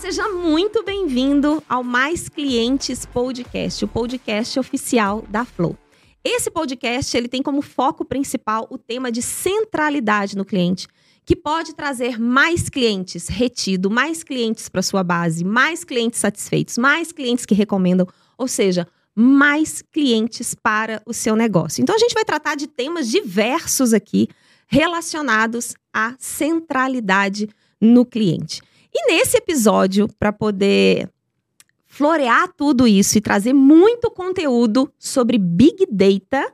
seja muito bem-vindo ao Mais Clientes Podcast, o podcast oficial da Flow. Esse podcast ele tem como foco principal o tema de centralidade no cliente, que pode trazer mais clientes retidos, mais clientes para sua base, mais clientes satisfeitos, mais clientes que recomendam, ou seja, mais clientes para o seu negócio. Então, a gente vai tratar de temas diversos aqui relacionados à centralidade no cliente. E nesse episódio, para poder florear tudo isso e trazer muito conteúdo sobre Big Data,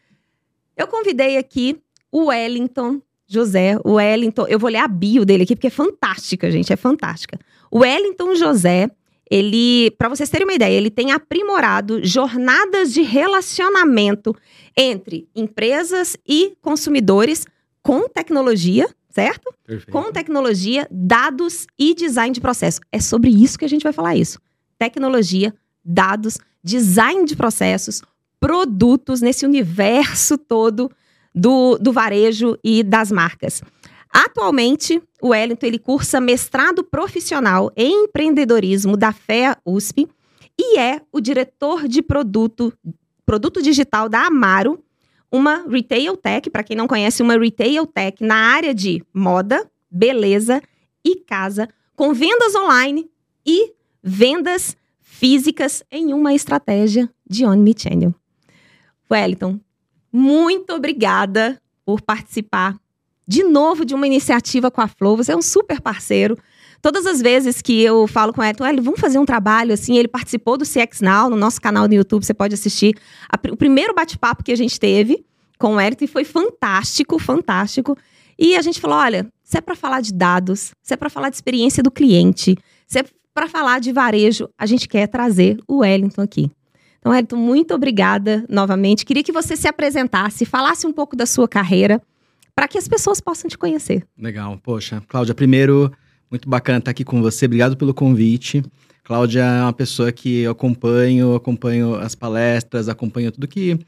eu convidei aqui o Wellington José. O Wellington, eu vou ler a bio dele aqui, porque é fantástica, gente, é fantástica. O Wellington José, ele, para vocês terem uma ideia, ele tem aprimorado jornadas de relacionamento entre empresas e consumidores com tecnologia, certo? Perfeito. Com tecnologia, dados e design de processo. É sobre isso que a gente vai falar isso. Tecnologia, dados, design de processos, produtos nesse universo todo do varejo e das marcas. Atualmente, o Wellington ele cursa mestrado profissional em empreendedorismo da FEA USP e é o diretor de produto digital da Amaro, uma retail tech, para quem não conhece, uma retail tech na área de moda, beleza e casa, com vendas online e vendas físicas em uma estratégia de omnichannel. Wellington, muito obrigada por participar de novo de uma iniciativa com a Flow. Você é um super parceiro. Todas as vezes que eu falo com o Wellington, vamos fazer um trabalho assim, ele participou do CX Now, no nosso canal no YouTube, você pode assistir o primeiro bate-papo que a gente teve com o Wellington e foi fantástico, fantástico. E a gente falou, olha, se é para falar de dados, se é para falar de experiência do cliente, se é para falar de varejo, a gente quer trazer o Wellington aqui. Então, Wellington, muito obrigada novamente. Queria que você se apresentasse, falasse um pouco da sua carreira, para que as pessoas possam te conhecer. Legal. Poxa, Cláudia, primeiro, muito bacana estar aqui com você. Obrigado pelo convite. Cláudia é uma pessoa que eu acompanho as palestras, acompanho tudo que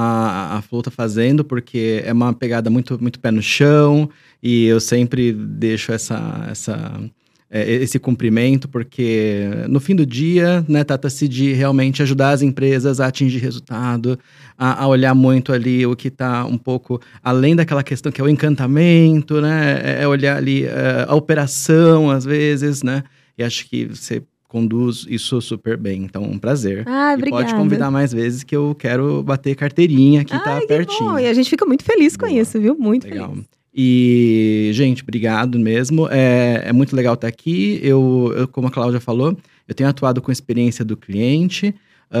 a Flow está fazendo, porque é uma pegada muito, muito pé no chão, e eu sempre deixo esse cumprimento, porque no fim do dia, né, trata-se de realmente ajudar as empresas a atingir resultado, a olhar muito ali o que está um pouco além daquela questão que é o encantamento, né, é olhar ali a operação às vezes, né, e acho que você conduz isso super bem, então um prazer. Obrigada. E pode convidar mais vezes que eu quero bater carteirinha aqui, tá pertinho. Bom. E a gente fica muito feliz com isso, viu? Muito legal. Feliz. E, gente, obrigado mesmo. É muito legal estar aqui. Eu, como a Cláudia falou, eu tenho atuado com experiência do cliente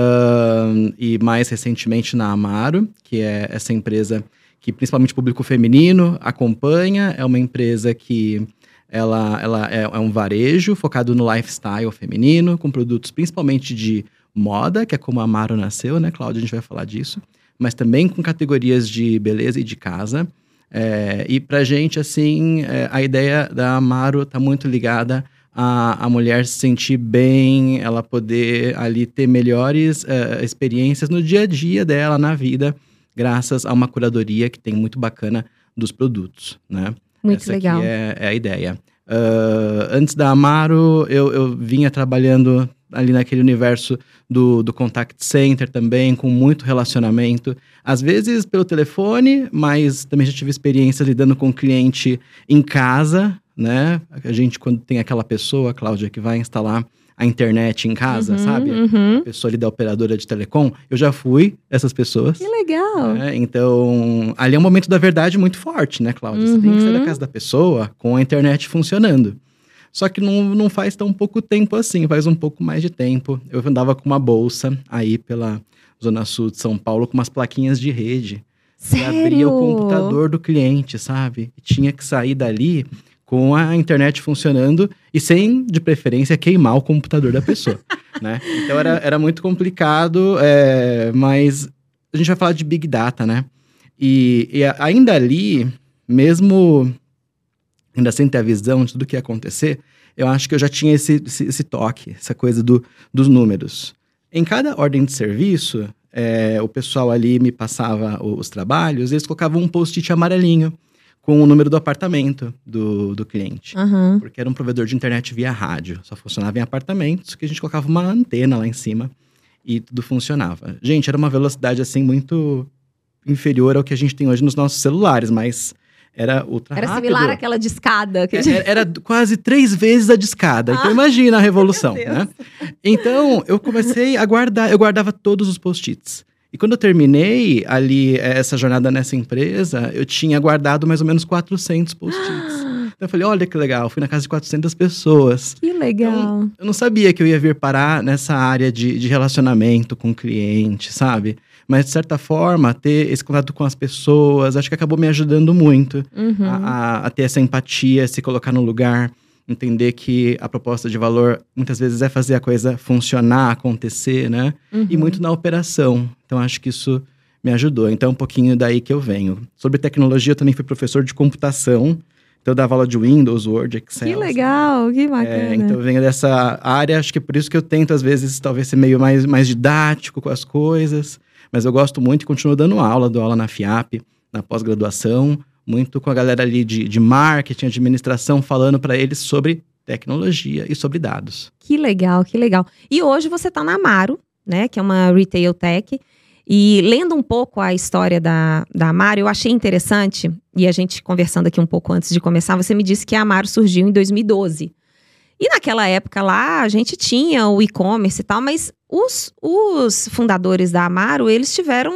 e mais recentemente na Amaro, que é essa empresa que principalmente o público feminino acompanha. É uma empresa que ela é um varejo focado no lifestyle feminino, com produtos principalmente de moda, que é como a Amaro nasceu, né, Cláudia? A gente vai falar disso. Mas também com categorias de beleza e de casa. E pra gente, assim, a ideia da Amaro tá muito ligada a mulher se sentir bem, ela poder ali ter melhores experiências no dia a dia dela, na vida, graças a uma curadoria que tem muito bacana dos produtos, né? Muito Essa legal. Aqui é a ideia. Antes da Amaro, eu vinha trabalhando ali naquele universo do contact center também, com muito relacionamento. Às vezes pelo telefone, mas também já tive experiência lidando com o cliente em casa, né? A gente, quando tem aquela pessoa, Cláudia, que vai instalar a internet em casa, sabe? A pessoa ali da operadora de telecom. Eu já fui essas pessoas. Que legal! Então, ali é um momento da verdade muito forte, né, Cláudia? Você tem que sair da casa da pessoa com a internet funcionando. Só que não faz tão pouco tempo assim, faz um pouco mais de tempo. Eu andava com uma bolsa aí pela Zona Sul de São Paulo, com umas plaquinhas de rede. Sério? E abria o computador do cliente, sabe? E tinha que sair dali com a internet funcionando e sem, de preferência, queimar o computador da pessoa, né? Então era muito complicado, mas a gente vai falar de Big Data, né? E ainda ali, mesmo ainda sem ter a visão de tudo que ia acontecer, eu acho que eu já tinha esse toque, essa coisa dos números. Em cada ordem de serviço, o pessoal ali me passava os trabalhos, eles colocavam um post-it amarelinho, com o número do apartamento do cliente. Aham. Porque era um provedor de internet via rádio. Só funcionava em apartamentos, que a gente colocava uma antena lá em cima e tudo funcionava. Gente, era uma velocidade assim muito inferior ao que a gente tem hoje nos nossos celulares, mas era ultra rápido. Era similar àquela discada. Era quase 3 vezes a discada. Então imagina a revolução, né? Então eu comecei a guardar, eu guardava todos os post-its. E quando eu terminei ali essa jornada nessa empresa, eu tinha guardado mais ou menos 400 post-its. Então eu falei, olha que legal, fui na casa de 400 pessoas. Que legal. Então, eu não sabia que eu ia vir parar nessa área de relacionamento com o cliente, sabe? Mas, de certa forma, ter esse contato com as pessoas, acho que acabou me ajudando muito a ter essa empatia, se colocar no lugar, entender que a proposta de valor, muitas vezes, é fazer a coisa funcionar, acontecer, né? E muito na operação. Então, acho que isso me ajudou. Então, é um pouquinho daí que eu venho. Sobre tecnologia, eu também fui professor de computação. Então, eu dava aula de Windows, Word, Excel. Que legal, que bacana. Então, eu venho dessa área. Acho que é por isso que eu tento, às vezes, talvez ser meio mais didático com as coisas. Mas eu gosto muito e continuo dou aula na FIAP, na pós-graduação. Muito com a galera ali de marketing, administração, falando para eles sobre tecnologia e sobre dados. Que legal, que legal. E hoje você está na Amaro, né? Que é uma retail tech. E lendo um pouco a história da Amaro, eu achei interessante, e a gente conversando aqui um pouco antes de começar, você me disse que a Amaro surgiu em 2012. E naquela época lá, a gente tinha o e-commerce e tal, mas os fundadores da Amaro, eles tiveram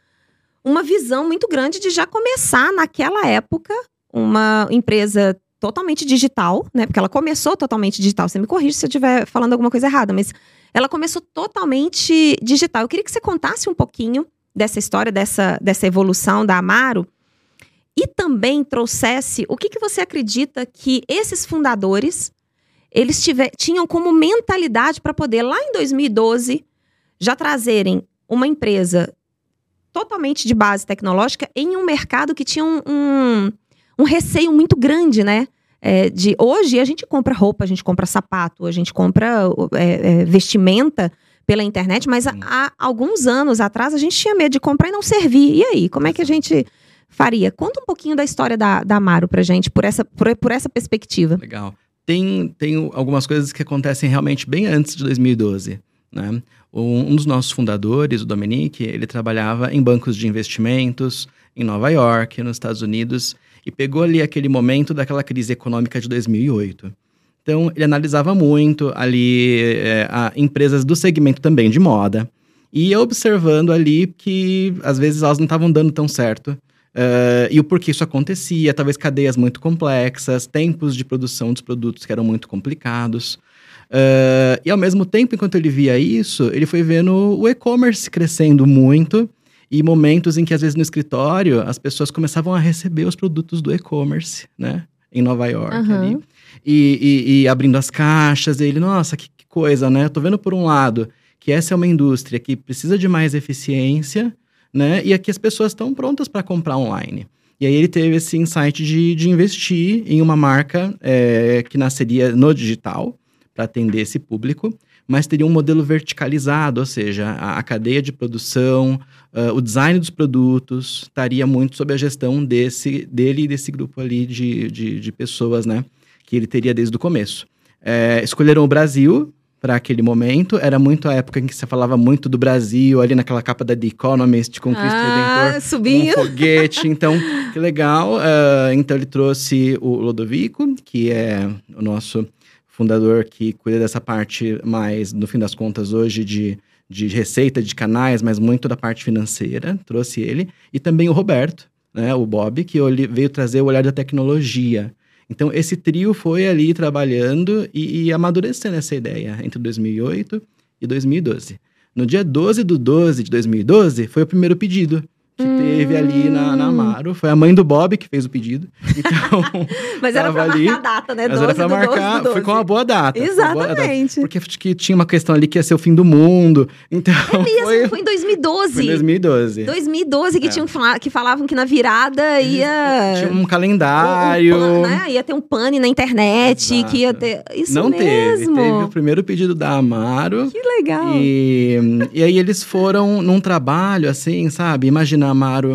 uma visão muito grande de já começar naquela época uma empresa totalmente digital, né? Porque ela começou totalmente digital. Você me corrige se eu estiver falando alguma coisa errada, mas ela começou totalmente digital. Eu queria que você contasse um pouquinho dessa história, dessa evolução da Amaro e também trouxesse o que você acredita que esses fundadores eles tinham como mentalidade para poder, lá em 2012, já trazerem uma empresa totalmente de base tecnológica em um mercado que tinha um receio muito grande, né? Hoje a gente compra roupa, a gente compra sapato, a gente compra vestimenta pela internet, mas há alguns anos atrás a gente tinha medo de comprar e não servir. E aí, como é que a gente faria? Conta um pouquinho da história da Amaro pra gente, por essa perspectiva. Legal. Tem algumas coisas que acontecem realmente bem antes de 2012, né? Um dos nossos fundadores, o Dominique, ele trabalhava em bancos de investimentos em Nova York, nos Estados Unidos, e pegou ali aquele momento daquela crise econômica de 2008. Então, ele analisava muito ali empresas do segmento também de moda, e ia observando ali que, às vezes, elas não estavam dando tão certo. E o porquê isso acontecia, talvez cadeias muito complexas, tempos de produção dos produtos que eram muito complicados. E ao mesmo tempo, enquanto ele via isso, ele foi vendo o e-commerce crescendo muito e momentos em que, às vezes, no escritório, as pessoas começavam a receber os produtos do e-commerce, né? Em Nova York ali. E abrindo as caixas, e ele, nossa, que coisa, né? Eu tô vendo por um lado que essa é uma indústria que precisa de mais eficiência, né? E aqui as pessoas estão prontas para comprar online. E aí ele teve esse insight de investir em uma marca que nasceria no digital, para atender esse público, mas teria um modelo verticalizado, ou seja, a cadeia de produção, o design dos produtos, estaria muito sob a gestão dele e desse grupo ali de pessoas, né? Que ele teria desde o começo. Escolheram o Brasil para aquele momento. Era muito a época em que você falava muito do Brasil, ali naquela capa da The Economist, com Cristo Redentor, subindo. Um foguete. Então, que legal. Então, ele trouxe o Lodovico, que é o nosso fundador que cuida dessa parte mais, no fim das contas, hoje, de receita, de canais, mas muito da parte financeira. Trouxe ele. E também o Roberto, né, o Bob, que veio trazer o olhar da tecnologia. Então, esse trio foi ali trabalhando e amadurecendo essa ideia entre 2008 e 2012. No dia 12/12 de 2012, foi o primeiro pedido que teve ali na Amaro. Foi a mãe do Bob que fez o pedido. Então, mas era pra marcar a data, né? Mas era pra marcar, foi com uma boa data. Exatamente. Porque acho que tinha uma questão ali que ia ser o fim do mundo. Então, foi em 2012. Foi em 2012. 2012 que falavam que na virada ia... Tinha um calendário. Né? Ia ter um pane na internet, exato, que ia ter... Isso não mesmo. Teve o primeiro pedido da Amaro. Que legal. E aí eles foram num trabalho, assim, sabe? Imagina a Amaro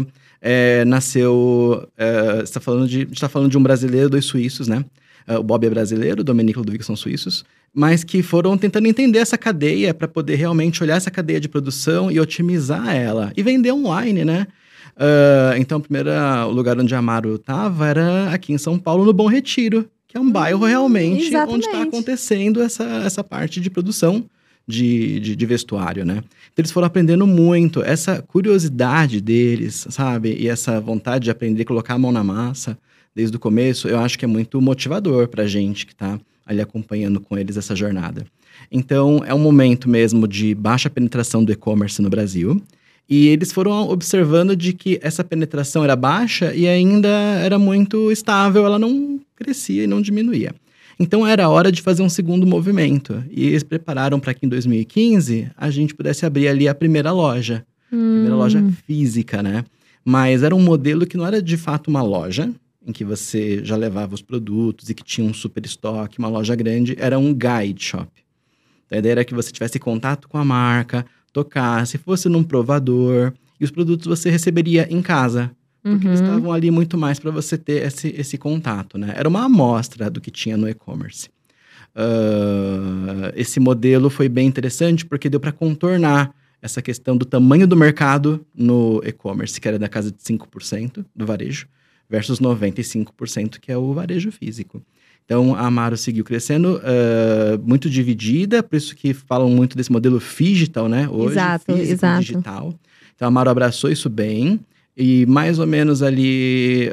nasceu... a gente tá falando de um brasileiro, 2 suíços, né? O Bob é brasileiro, o Domenico e o Ludwig são suíços, mas que foram tentando entender essa cadeia para poder realmente olhar essa cadeia de produção e otimizar ela. E vender online, né? Então, o lugar onde a Amaro estava era aqui em São Paulo, no Bom Retiro, que é um bairro realmente exatamente. onde está acontecendo essa parte de produção de vestuário, né? Então, eles foram aprendendo muito, essa curiosidade deles, sabe? E essa vontade de aprender, colocar a mão na massa desde o começo, eu acho que é muito motivador pra gente que tá ali acompanhando com eles essa jornada. Então, é um momento mesmo de baixa penetração do e-commerce no Brasil. E eles foram observando de que essa penetração era baixa e ainda era muito estável, ela não crescia e não diminuía. Então, era hora de fazer um segundo movimento. E eles prepararam para que em 2015 a gente pudesse abrir ali a primeira loja. Primeira loja física, né? Mas era um modelo que não era de fato uma loja, em que você já levava os produtos e que tinha um super estoque, uma loja grande. Era um guide shop. Então, a ideia era que você tivesse contato com a marca, tocasse, fosse num provador, e os produtos você receberia em casa. Porque eles estavam ali muito mais para você ter esse contato, né? Era uma amostra do que tinha no e-commerce. Esse modelo foi bem interessante porque deu para contornar essa questão do tamanho do mercado no e-commerce, que era da casa de 5% do varejo, versus 95% que é o varejo físico. Então, a Amaro seguiu crescendo, muito dividida, por isso que falam muito desse modelo phygital, né? Hoje, físico e digital. Então, a Amaro abraçou isso bem. E mais ou menos ali,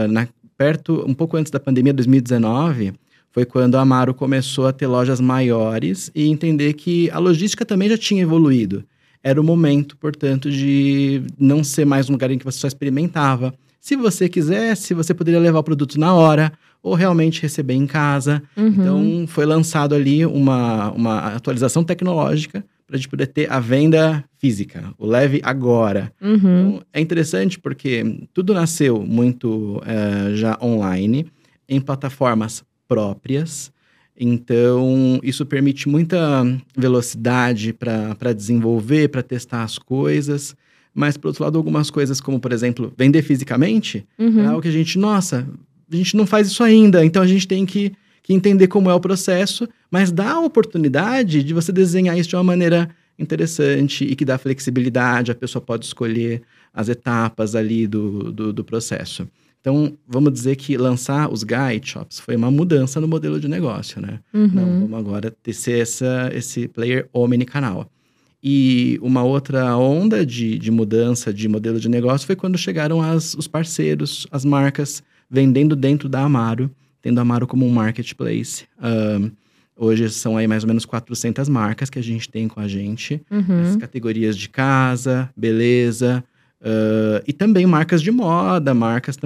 um pouco antes da pandemia, 2019, foi quando a Amaro começou a ter lojas maiores e entender que a logística também já tinha evoluído. Era o momento, portanto, de não ser mais um lugar em que você só experimentava. Se você quisesse, você poderia levar o produto na hora ou realmente receber em casa. Então, foi lançado ali uma atualização tecnológica para a gente poder ter a venda física, o leve agora. Então, é interessante porque tudo nasceu muito já online, em plataformas próprias. Então, isso permite muita velocidade para desenvolver, para testar as coisas. Mas, por outro lado, algumas coisas como, por exemplo, vender fisicamente, é algo que a gente não faz isso ainda. Então, a gente tem que entender como é o processo, mas dá a oportunidade de você desenhar isso de uma maneira interessante e que dá flexibilidade, a pessoa pode escolher as etapas ali do processo. Então, vamos dizer que lançar os guide shops foi uma mudança no modelo de negócio, né? Não, vamos agora ter esse player omnicanal. E uma outra onda de mudança de modelo de negócio foi quando chegaram os parceiros, as marcas, vendendo dentro da Amaro, tendo a Amaro como um marketplace. Hoje são aí mais ou menos 400 marcas que a gente tem com a gente. As categorias de casa, beleza, e também marcas de moda, marcas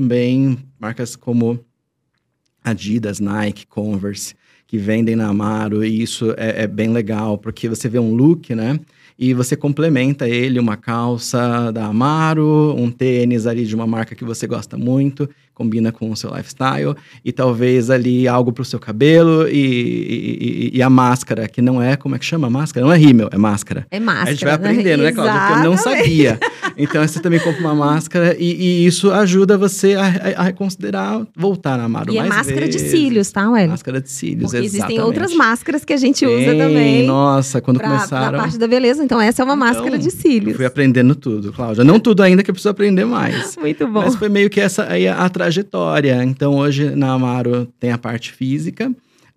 como Adidas, Nike, Converse, que vendem na Amaro. E isso é bem legal, porque você vê um look, né? E você complementa ele, uma calça da Amaro, um tênis ali de uma marca que você gosta muito, combina com o seu lifestyle, e talvez ali algo para o seu cabelo, e a máscara, que não é, como é que chama a máscara? Não é rímel, é máscara. É máscara. A gente vai aprendendo, né, Cláudia? Porque eu não sabia. Então, você também compra uma máscara, e isso ajuda você a reconsiderar, voltar na Amaro mais vezes. E é máscara de cílios, tá, Ué? Máscara de cílios, porque exatamente. Existem outras máscaras que a gente usa também. Nossa, quando começaram... Pra parte da beleza. Então, essa é uma máscara de cílios. Fui aprendendo tudo, Cláudia. Não tudo ainda, que eu preciso aprender mais. Muito bom. Mas foi meio que essa aí a trajetória. Então, hoje, na Amaro, tem a parte física.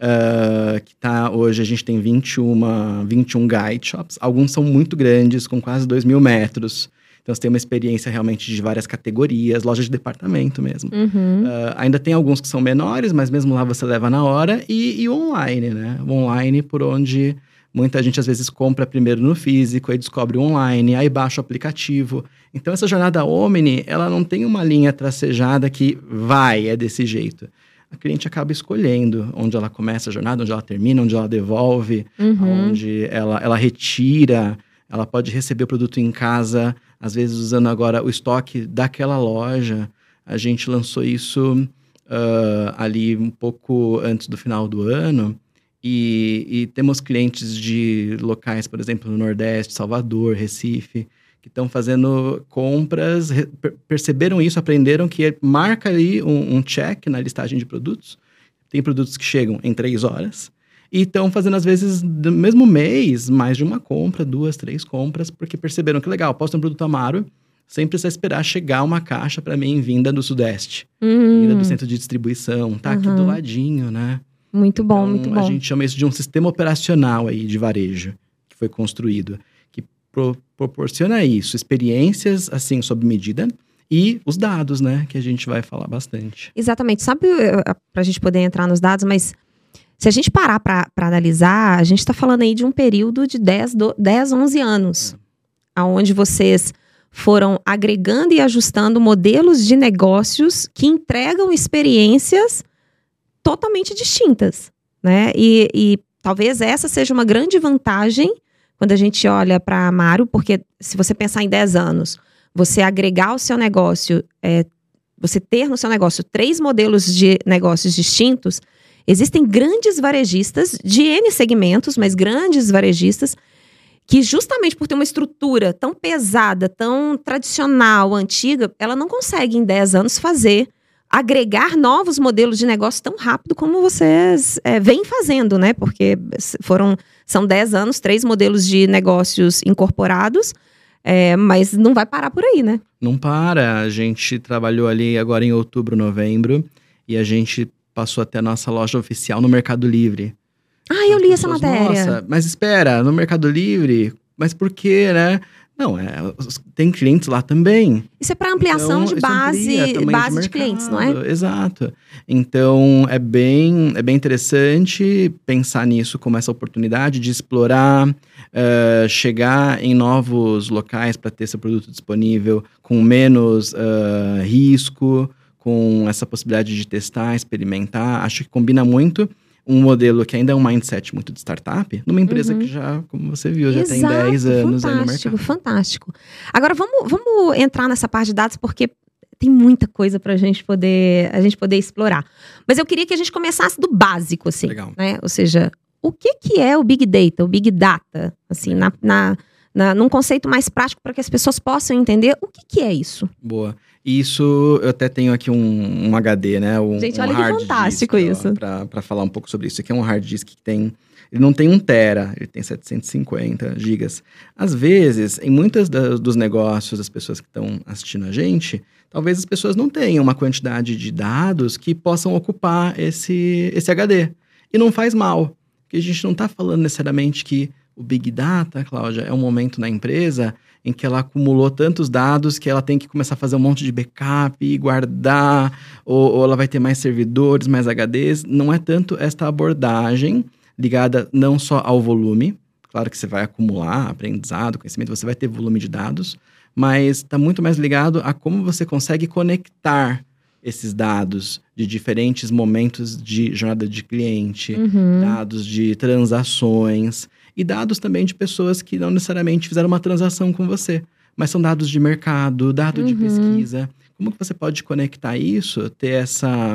Hoje, a gente tem 21 guide shops. Alguns são muito grandes, com quase 2.000 metros. Então, você tem uma experiência realmente de várias categorias. Loja de departamento mesmo. Ainda tem alguns que são menores, mas mesmo lá você leva na hora. E o online, né? O online por onde... Muita gente, às vezes, compra primeiro no físico, aí descobre o online, aí baixa o aplicativo. Então, essa jornada Omni, ela não tem uma linha tracejada que é desse jeito. A cliente acaba escolhendo onde ela começa a jornada, onde ela termina, onde ela devolve, onde ela retira. Ela pode receber o produto em casa, às vezes usando agora o estoque daquela loja. A gente lançou isso ali um pouco antes do final do ano. E temos clientes de locais, por exemplo, no Nordeste, Salvador, Recife, que estão fazendo compras, perceberam isso, aprenderam que marca ali um check na listagem de produtos. Tem produtos que chegam em 3 horas. E estão fazendo, às vezes, no mesmo mês, mais de uma compra, 2, 3 compras, porque perceberam que legal, posso ter um produto Amaro, sem precisar esperar chegar uma caixa para mim vinda do Sudeste. Vinda do centro de distribuição. Tá aqui do ladinho, né? Muito bom, então, muito bom. A gente chama isso de um sistema operacional aí de varejo, que foi construído, que proporciona isso, experiências, assim, sob medida, e os dados, né, que a gente vai falar bastante. Exatamente. Sabe, pra gente poder entrar nos dados, mas se a gente parar para analisar, a gente está falando aí de um período de 10, 11 anos, onde vocês foram agregando e ajustando modelos de negócios que entregam experiências totalmente distintas, né? E talvez essa seja uma grande vantagem quando a gente olha para a Amaro, porque se você pensar em 10 anos, você agregar o seu negócio, você ter no seu negócio 3 modelos de negócios distintos, existem grandes varejistas de N segmentos, mas grandes varejistas que justamente por ter uma estrutura tão pesada, tão tradicional, antiga, ela não consegue em 10 anos agregar novos modelos de negócio tão rápido como vocês vêm fazendo, né? Porque são 10 anos, 3 modelos de negócios incorporados, mas não vai parar por aí, né? Não para. A gente trabalhou ali agora em outubro, novembro, e a gente passou até a nossa loja oficial no Mercado Livre. Ah, eu li essa matéria. Nossa, mas espera, no Mercado Livre? Mas por quê, né? Não, tem clientes lá também. Isso é para ampliação de base de clientes, não é? Exato. Então, é bem interessante pensar nisso como essa oportunidade de explorar, chegar em novos locais para ter seu produto disponível com menos risco, com essa possibilidade de testar, experimentar. Acho que combina muito um modelo que ainda é um mindset muito de startup, numa empresa que já, como você viu, já tem 10 anos aí no mercado. Fantástico. Agora, vamos entrar nessa parte de dados, porque tem muita coisa pra a gente poder explorar. Mas eu queria que a gente começasse do básico, assim. Legal. Né? Ou seja, o que é o Big Data, o Big Data? Assim, num conceito mais prático para que as pessoas possam entender o que é isso. Boa. Isso, eu até tenho aqui um HD, né? Gente, olha que fantástico isso. Para falar um pouco sobre isso. Isso aqui é um hard disk que tem... Ele não tem 1 tera, ele tem 750 gigas. Às vezes, em muitos dos negócios das pessoas que estão assistindo a gente, talvez as pessoas não tenham uma quantidade de dados que possam ocupar esse HD. E não faz mal, porque a gente não está falando necessariamente que o Big Data, Cláudia, é um momento na empresa em que ela acumulou tantos dados que ela tem que começar a fazer um monte de backup e guardar, ou ela vai ter mais servidores, mais HDs. Não é tanto esta abordagem ligada não só ao volume, claro que você vai acumular aprendizado, conhecimento, você vai ter volume de dados, mas está muito mais ligado a como você consegue conectar esses dados de diferentes momentos de jornada de cliente, dados de transações e dados também de pessoas que não necessariamente fizeram uma transação com você, mas são dados de mercado, dado de pesquisa. Como que você pode conectar isso, ter essa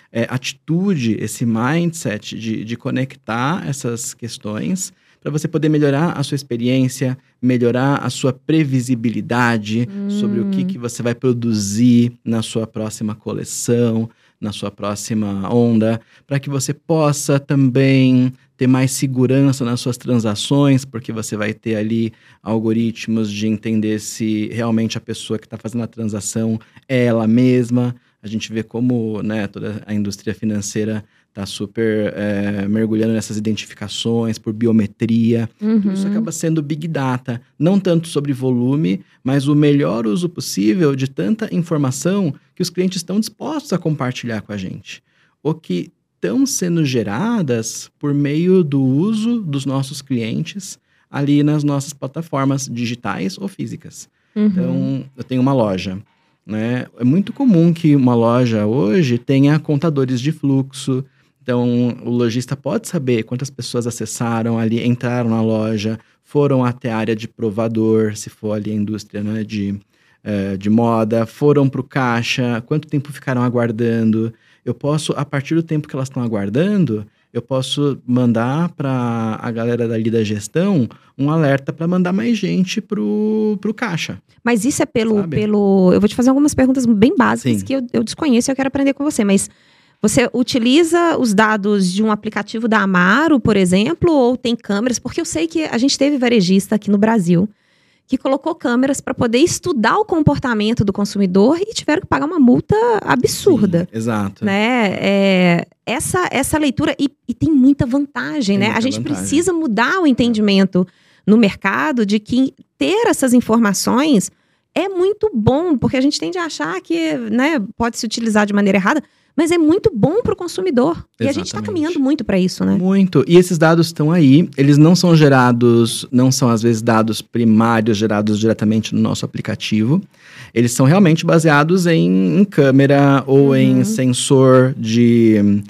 atitude, esse mindset de conectar essas questões para você poder melhorar a sua experiência, melhorar a sua previsibilidade sobre o que você vai produzir na sua próxima coleção, na sua próxima onda, para que você possa também ter mais segurança nas suas transações, porque você vai ter ali algoritmos de entender se realmente a pessoa que está fazendo a transação é ela mesma. A gente vê como, né, toda a indústria financeira está super mergulhando nessas identificações por biometria. Tudo isso acaba sendo Big Data. Não tanto sobre volume, mas o melhor uso possível de tanta informação que os clientes estão dispostos a compartilhar com a gente. Ou que estão sendo geradas por meio do uso dos nossos clientes ali nas nossas plataformas digitais ou físicas. Então, eu tenho uma loja, né? É muito comum que uma loja hoje tenha contadores de fluxo. Então, o lojista pode saber quantas pessoas acessaram ali, entraram na loja, foram até a área de provador, se for ali a indústria, né, de moda, foram para o caixa, quanto tempo ficaram aguardando. Eu posso, a partir do tempo que elas estão aguardando, eu posso mandar para a galera dali da gestão um alerta para mandar mais gente pro caixa. Mas isso é eu vou te fazer algumas perguntas bem básicas Sim. que eu desconheço e eu quero aprender com você, mas você utiliza os dados de um aplicativo da Amaro, por exemplo, ou tem câmeras? Porque eu sei que a gente teve varejista aqui no Brasil que colocou câmeras para poder estudar o comportamento do consumidor e tiveram que pagar uma multa absurda. Sim, exato. Né? Essa leitura, e tem muita vantagem, né? Muita a gente vantagem. precisa mudar o entendimento no mercado de que ter essas informações é muito bom, porque a gente tende a achar que, né, pode se utilizar de maneira errada, mas é muito bom para o consumidor. E a gente está caminhando muito para isso, né? Muito. E esses dados estão aí. Eles não são gerados, não são às vezes dados primários gerados diretamente no nosso aplicativo. Eles são realmente baseados em câmera ou em sensor de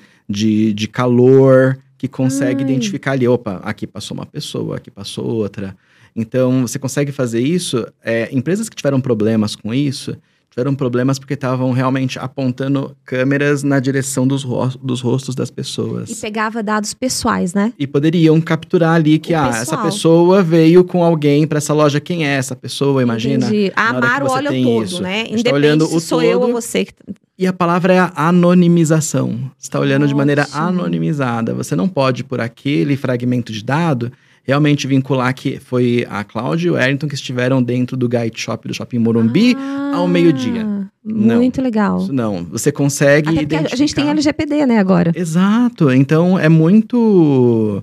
calor que consegue identificar ali. Opa, aqui passou uma pessoa, aqui passou outra. Então, você consegue fazer isso. Empresas que tiveram problemas com isso, tiveram problemas porque estavam realmente apontando câmeras na direção dos rostos das pessoas. E pegava dados pessoais, né? E poderiam capturar ali que essa pessoa veio com alguém para essa loja. Quem é essa pessoa? Imagina. Entendi. A Amaro olha o todo, isso, né? Independente tá olhando se sou eu ou você. E a palavra é a anonimização. Você está olhando de maneira Ótimo. anonimizada. Você não pode, por aquele fragmento de dado, realmente vincular que foi a Cláudia e o Wellington que estiveram dentro do Guide Shop do Shopping Morumbi ao meio-dia. Muito legal. Isso não, você consegue Até identificar. porque a gente tem LGPD, né, agora. Exato, então é muito,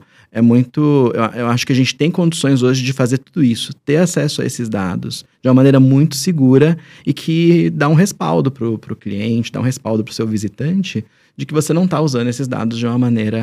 eu acho que a gente tem condições hoje de fazer tudo isso, ter acesso a esses dados de uma maneira muito segura e que dá um respaldo pro cliente, dá um respaldo pro seu visitante de que você não está usando esses dados de uma maneira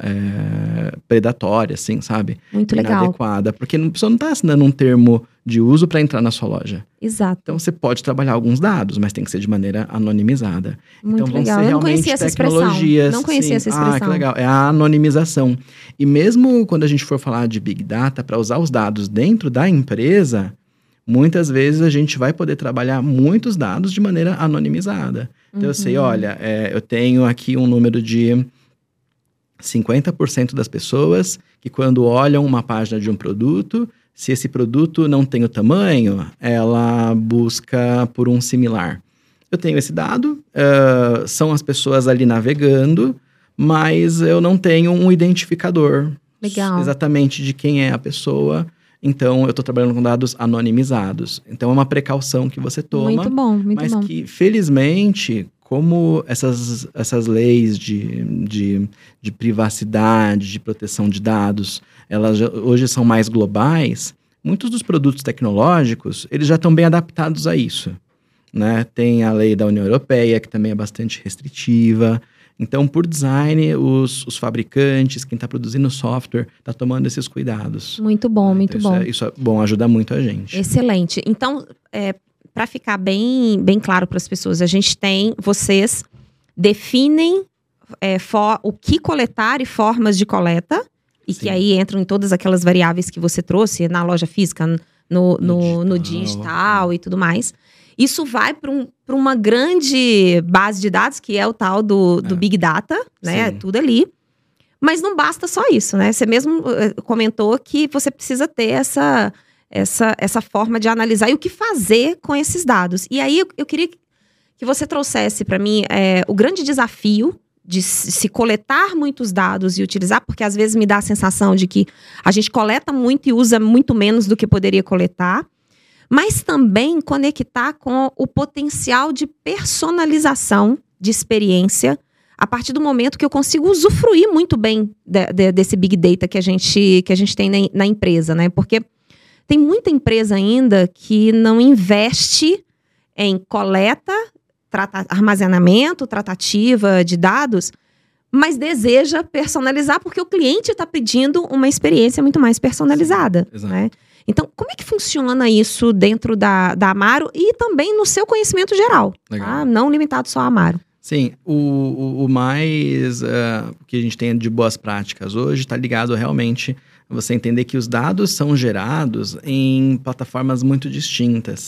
predatória, assim, sabe? Muito legal. Inadequada, porque a pessoa não está assinando um termo de uso para entrar na sua loja. Exato. Então, você pode trabalhar alguns dados, mas tem que ser de maneira anonimizada. Muito então, vão legal. ser Eu não realmente conhecia essa expressão. tecnologias. Não conhecia essa expressão. Ah, que legal. É a anonimização. E mesmo quando a gente for falar de Big Data, para usar os dados dentro da empresa, muitas vezes a gente vai poder trabalhar muitos dados de maneira anonimizada. Então, eu sei, olha, eu tenho aqui um número de 50% das pessoas que quando olham uma página de um produto, se esse produto não tem o tamanho, ela busca por um similar. Eu tenho esse dado, são as pessoas ali navegando, mas eu não tenho um identificador. Legal. Exatamente de quem é a pessoa. Então, eu estou trabalhando com dados anonimizados. Então, é uma precaução que você toma. Muito bom, muito mas bom. que, felizmente, como essas leis de privacidade, de proteção de dados, elas hoje são mais globais, muitos dos produtos tecnológicos, eles já estão bem adaptados a isso. Né? Tem a lei da União Europeia, que também é bastante restritiva. Então, por design, os fabricantes, quem está produzindo software, está tomando esses cuidados. Muito bom, muito bom. Isso é bom, ajuda muito a gente. Excelente. Então, para ficar bem claro para as pessoas, vocês definem o que coletar e formas de coleta, e que aí entram em todas aquelas variáveis que você trouxe na loja física, no digital e tudo mais. Isso vai para uma grande base de dados, que é o tal do Big Data, né? Sim. Tudo ali. Mas não basta só isso, né? Você mesmo comentou que você precisa ter essa forma de analisar e o que fazer com esses dados. E aí eu queria que você trouxesse para mim o grande desafio de se coletar muitos dados e utilizar, porque às vezes me dá a sensação de que a gente coleta muito e usa muito menos do que poderia coletar. Mas também conectar com o potencial de personalização de experiência a partir do momento que eu consigo usufruir muito bem desse Big Data que a gente tem na empresa, né? Porque tem muita empresa ainda que não investe em coleta, armazenamento, tratativa de dados, mas deseja personalizar porque o cliente está pedindo uma experiência muito mais personalizada. Sim, exato. Né? Então, como é que funciona isso dentro da Amaro e também no seu conhecimento geral? Tá? Não limitado só a Amaro. Sim, o mais que a gente tem de boas práticas hoje está ligado realmente a você entender que os dados são gerados em plataformas muito distintas.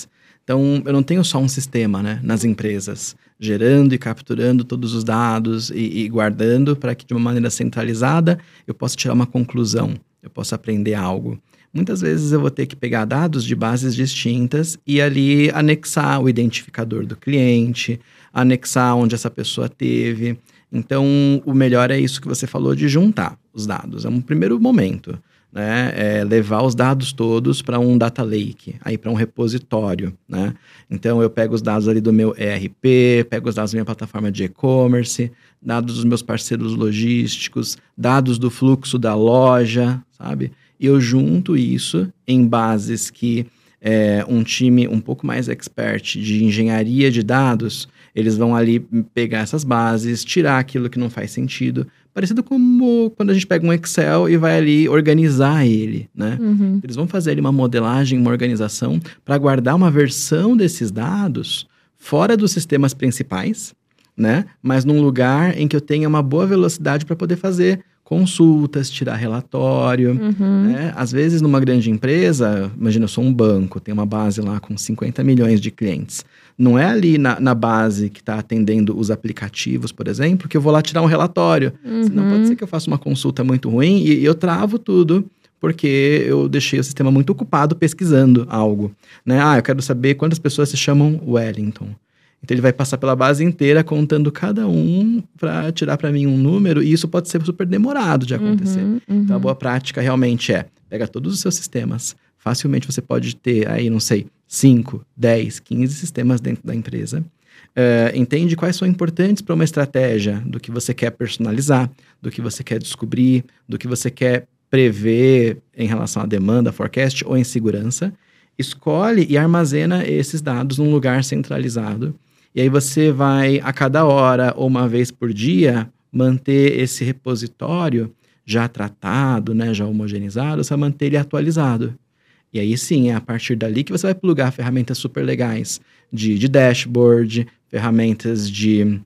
Então, eu não tenho só um sistema, né, nas empresas, gerando e capturando todos os dados e guardando para que de uma maneira centralizada eu possa tirar uma conclusão, eu possa aprender algo. Muitas vezes eu vou ter que pegar dados de bases distintas e ali anexar o identificador do cliente, anexar onde essa pessoa teve. Então, o melhor é isso que você falou de juntar os dados. É um primeiro momento, né? É levar os dados todos para um data lake, aí para um repositório, né? Então, eu pego os dados ali do meu ERP, pego os dados da minha plataforma de e-commerce, dados dos meus parceiros logísticos, dados do fluxo da loja, sabe? E eu junto isso em bases que um time um pouco mais expert de engenharia de dados, eles vão ali pegar essas bases, tirar aquilo que não faz sentido, parecido como quando a gente pega um Excel e vai ali organizar ele, né? Uhum. Eles vão fazer ali uma modelagem, uma organização para guardar uma versão desses dados fora dos sistemas principais, né? Mas num lugar em que eu tenha uma boa velocidade para poder fazer consultas, tirar relatório, né? Às vezes, numa grande empresa, imagina, eu sou um banco, tem uma base lá com 50 milhões de clientes. Não é ali na base que está atendendo os aplicativos, por exemplo, que eu vou lá tirar um relatório. Senão pode ser que eu faça uma consulta muito ruim e eu travo tudo, porque eu deixei o sistema muito ocupado pesquisando algo, né? Eu quero saber quantas pessoas se chamam Wellington. Então, ele vai passar pela base inteira contando cada um para tirar para mim um número, e isso pode ser super demorado de acontecer. Então, a boa prática realmente pega todos os seus sistemas. Facilmente você pode ter aí, não sei, 5, 10, 15 sistemas dentro da empresa. Entende quais são importantes para uma estratégia do que você quer personalizar, do que você quer descobrir, do que você quer prever em relação à demanda, forecast ou em segurança. Escolhe e armazena esses dados num lugar centralizado. E aí você vai, a cada hora ou uma vez por dia, manter esse repositório já tratado, né, já homogeneizado, você vai manter ele atualizado. E aí sim, é a partir dali que você vai plugar ferramentas super legais de dashboard, ferramentas de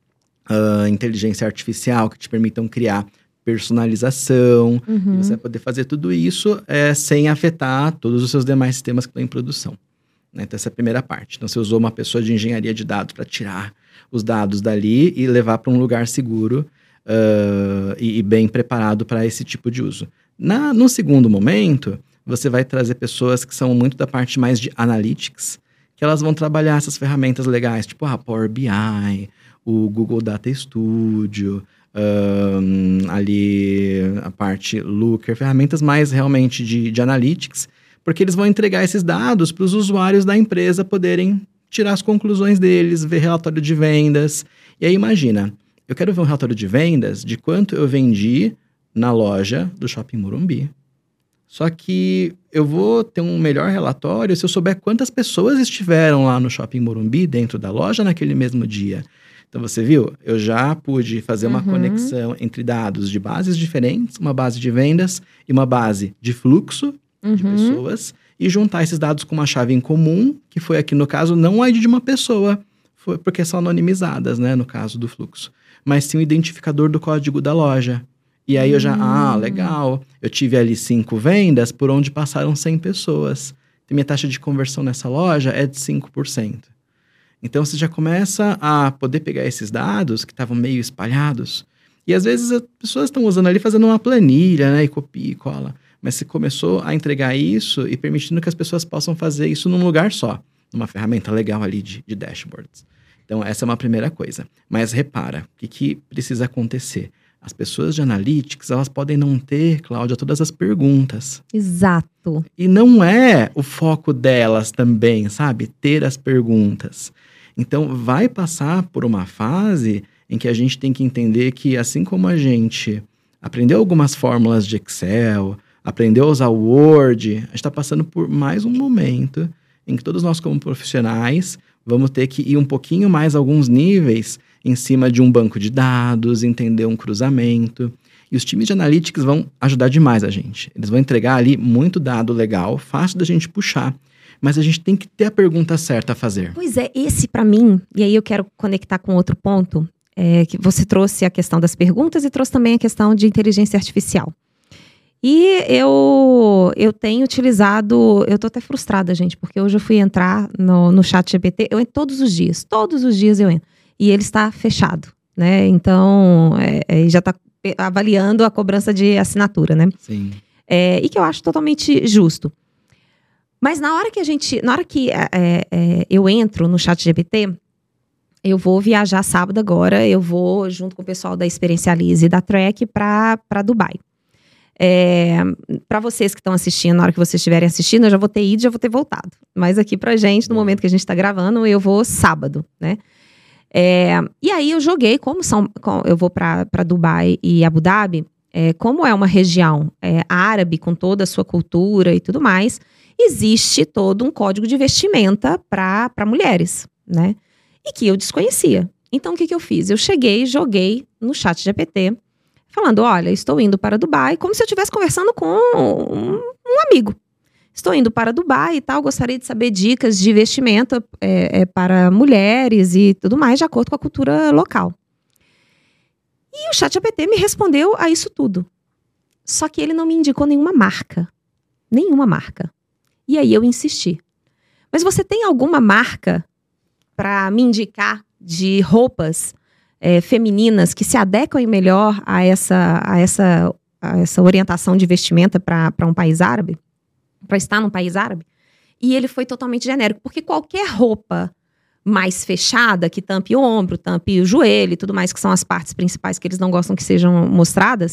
inteligência artificial que te permitam criar personalização. E você vai poder fazer tudo isso sem afetar todos os seus demais sistemas que estão em produção. Então, essa é a primeira parte. Então, você usou uma pessoa de engenharia de dados para tirar os dados dali e levar para um lugar seguro e bem preparado para esse tipo de uso. No segundo momento, você vai trazer pessoas que são muito da parte mais de analytics, que elas vão trabalhar essas ferramentas legais, tipo a Power BI, o Google Data Studio, ali a parte Looker, ferramentas mais realmente de analytics, porque eles vão entregar esses dados para os usuários da empresa poderem tirar as conclusões deles, ver relatório de vendas. E aí imagina, eu quero ver um relatório de vendas de quanto eu vendi na loja do Shopping Morumbi. Só que eu vou ter um melhor relatório se eu souber quantas pessoas estiveram lá no Shopping Morumbi, dentro da loja, naquele mesmo dia. Então, você viu? Eu já pude fazer uma conexão entre dados de bases diferentes, uma base de vendas e uma base de fluxo de pessoas, e juntar esses dados com uma chave em comum, que foi aqui, no caso, não a ID de uma pessoa, foi porque são anonimizadas, né, no caso do fluxo, mas sim o identificador do código da loja. E aí eu já, legal, eu tive ali 5 vendas por onde passaram 100 pessoas. E minha taxa de conversão nessa loja é de 5%. Então, você já começa a poder pegar esses dados que estavam meio espalhados. E, às vezes, as pessoas estão usando ali, fazendo uma planilha, né? E copia e cola. Mas você começou a entregar isso e permitindo que as pessoas possam fazer isso num lugar só. Numa ferramenta legal ali de dashboards. Então, essa é uma primeira coisa. Mas repara, o que precisa acontecer? As pessoas de analytics, elas podem não ter, Cláudia, todas as perguntas. Exato. E não é o foco delas também, sabe? Ter as perguntas. Então, vai passar por uma fase em que a gente tem que entender que, assim como a gente aprendeu algumas fórmulas de Excel, aprendeu a usar o Word, a gente está passando por mais um momento em que todos nós, como profissionais, vamos ter que ir um pouquinho mais alguns níveis em cima de um banco de dados, entender um cruzamento. E os times de analytics vão ajudar demais a gente. Eles vão entregar ali muito dado legal, fácil da gente puxar. Mas a gente tem que ter a pergunta certa a fazer. Pois é, esse para mim, e aí eu quero conectar com outro ponto, que você trouxe a questão das perguntas e trouxe também a questão de inteligência artificial. E eu tenho utilizado, eu tô até frustrada, gente, porque hoje eu fui entrar no ChatGPT, eu entro todos os dias eu entro. E ele está fechado, né? Então, já está avaliando a cobrança de assinatura, né? Sim. E que eu acho totalmente justo. Mas na hora que eu entro no ChatGPT, eu vou viajar sábado agora, eu vou junto com o pessoal da Experiencialize e da Trek para Dubai. Para vocês que estão assistindo, na hora que vocês estiverem assistindo, eu já vou ter ido, já vou ter voltado. Mas aqui pra gente, no momento que a gente tá gravando, eu vou sábado, né? E aí eu joguei, eu vou para Dubai e Abu Dhabi, como é uma região árabe, com toda a sua cultura e tudo mais, existe todo um código de vestimenta para mulheres, né? E que eu desconhecia. Então, o que eu fiz? Eu cheguei, joguei no ChatGPT, falando, olha, estou indo para Dubai, como se eu estivesse conversando com um amigo. Estou indo para Dubai e tal, gostaria de saber dicas de vestimenta para mulheres e tudo mais, de acordo com a cultura local. E o ChatGPT me respondeu a isso tudo. Só que ele não me indicou nenhuma marca. Nenhuma marca. E aí eu insisti. Mas você tem alguma marca para me indicar de roupas femininas que se adequam melhor a essa orientação de vestimenta para um país árabe? Para estar num país árabe? E ele foi totalmente genérico, porque qualquer roupa mais fechada, que tampe o ombro, tampe o joelho e tudo mais, que são as partes principais que eles não gostam que sejam mostradas,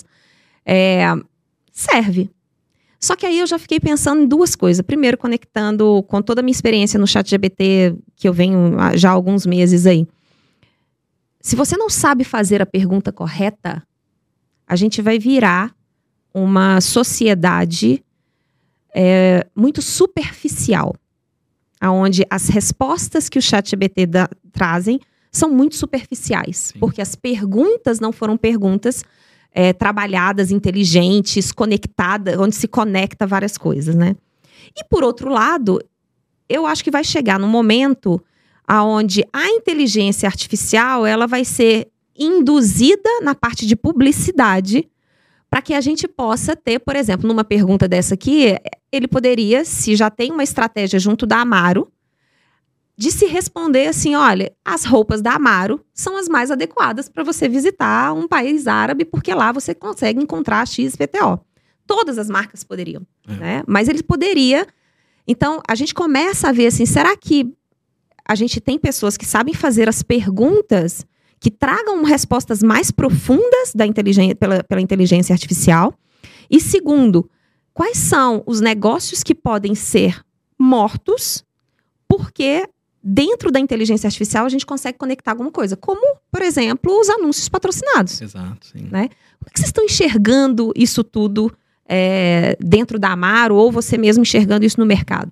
serve. Só que aí eu já fiquei pensando em duas coisas. Primeiro, conectando com toda a minha experiência no ChatGPT, que eu venho já há alguns meses aí. Se você não sabe fazer a pergunta correta, a gente vai virar uma sociedade muito superficial, onde as respostas que o ChatGPT trazem são muito superficiais. Sim. Porque as perguntas não foram perguntas trabalhadas, inteligentes, conectadas, onde se conecta várias coisas, né? E por outro lado, eu acho que vai chegar num momento onde a inteligência artificial ela vai ser induzida na parte de publicidade para que a gente possa ter, por exemplo, numa pergunta dessa aqui, ele poderia, se já tem uma estratégia junto da Amaro, de se responder assim, olha, as roupas da Amaro são as mais adequadas para você visitar um país árabe, porque lá você consegue encontrar XPTO. Todas as marcas poderiam, né? Mas ele poderia. Então, a gente começa a ver assim, será que a gente tem pessoas que sabem fazer as perguntas que tragam respostas mais profundas pela inteligência artificial? E segundo, quais são os negócios que podem ser mortos porque dentro da inteligência artificial a gente consegue conectar alguma coisa, como, por exemplo, os anúncios patrocinados. Exato, sim. Né? Como é que vocês estão enxergando isso tudo dentro da Amaro, ou você mesmo enxergando isso no mercado?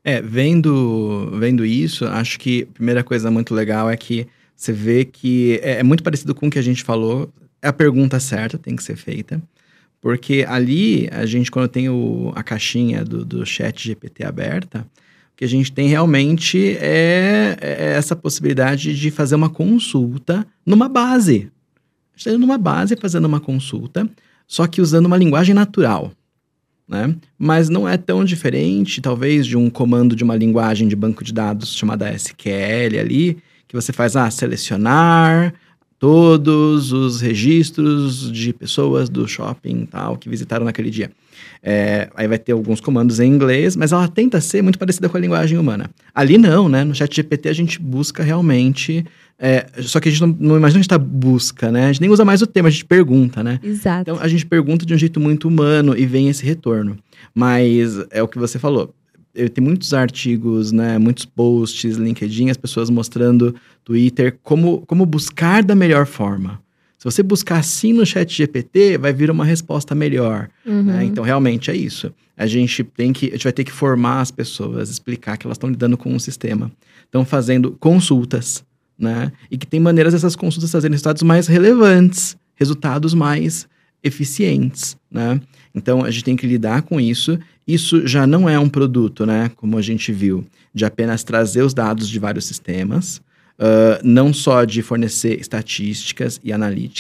Vendo isso, acho que a primeira coisa muito legal é que você vê que é muito parecido com o que a gente falou, é a pergunta certa, tem que ser feita, porque ali, a gente, quando tem a caixinha do ChatGPT aberta, o que a gente tem realmente é essa possibilidade de fazer uma consulta numa base. A gente está indo numa base fazendo uma consulta, só que usando uma linguagem natural, né? Mas não é tão diferente, talvez, de um comando de uma linguagem de banco de dados chamada SQL ali, que você faz, selecionar todos os registros de pessoas do shopping tal, que visitaram naquele dia. Aí vai ter alguns comandos em inglês, mas ela tenta ser muito parecida com a linguagem humana. Ali não, né? No ChatGPT a gente busca realmente... só que a gente não imagina que a gente busca, né? A gente nem usa mais o termo, a gente pergunta, né? Exato. Então a gente pergunta de um jeito muito humano e vem esse retorno. Mas é o que você falou. Tem muitos artigos, né, muitos posts, LinkedIn, as pessoas mostrando, Twitter, como buscar da melhor forma. Se você buscar assim no ChatGPT, vai vir uma resposta melhor. Uhum. Né? Então, realmente, é isso. A gente vai ter que formar as pessoas, explicar que elas estão lidando com um sistema. Estão fazendo consultas, né? E que tem maneiras dessas consultas trazerem resultados mais relevantes, resultados mais eficientes, né? Então, a gente tem que lidar com isso. Isso já não é um produto, né? Como a gente viu, de apenas trazer os dados de vários sistemas, não só de fornecer estatísticas e analytics.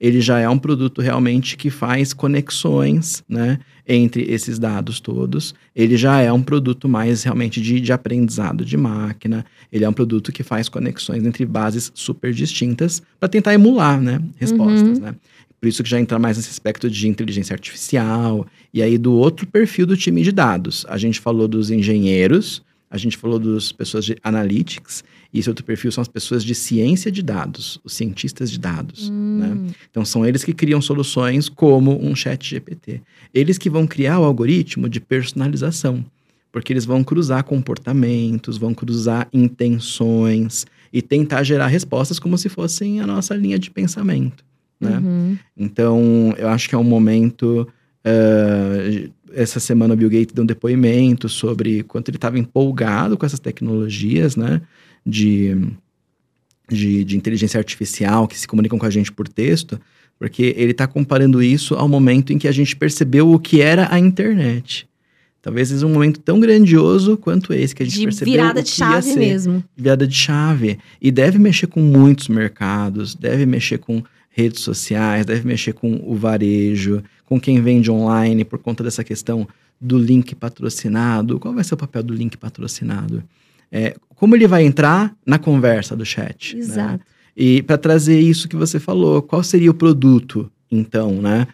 ele já é um produto realmente que faz conexões, né, entre esses dados todos. Ele já é um produto mais realmente de aprendizado de máquina. Ele é um produto que faz conexões entre bases super distintas para tentar emular, né, respostas, né? Por isso que já entra mais nesse aspecto de inteligência artificial. E aí do outro perfil do time de dados. A gente falou dos engenheiros, a gente falou das pessoas de analytics, e esse outro perfil são as pessoas de ciência de dados, os cientistas de dados, né? Então são eles que criam soluções como um ChatGPT. Eles que vão criar o algoritmo de personalização, porque eles vão cruzar comportamentos, vão cruzar intenções e tentar gerar respostas como se fossem a nossa linha de pensamento, né? Então eu acho que é um momento... essa semana o Bill Gates deu um depoimento sobre quanto ele estava empolgado com essas tecnologias, né, de inteligência artificial que se comunicam com a gente por texto, porque ele está comparando isso ao momento em que a gente percebeu o que era a internet. Talvez seja um momento tão grandioso quanto esse, que a gente percebeu virada o de que ia chave ser. mesmo. Virada de chave. E deve mexer com muitos mercados, deve mexer com redes sociais, deve mexer com o varejo, com quem vende online, por conta dessa questão do link patrocinado. Qual vai ser o papel do link patrocinado? Como ele vai entrar na conversa do chat? Exato. Né? E para trazer isso que você falou, qual seria o produto, então, né?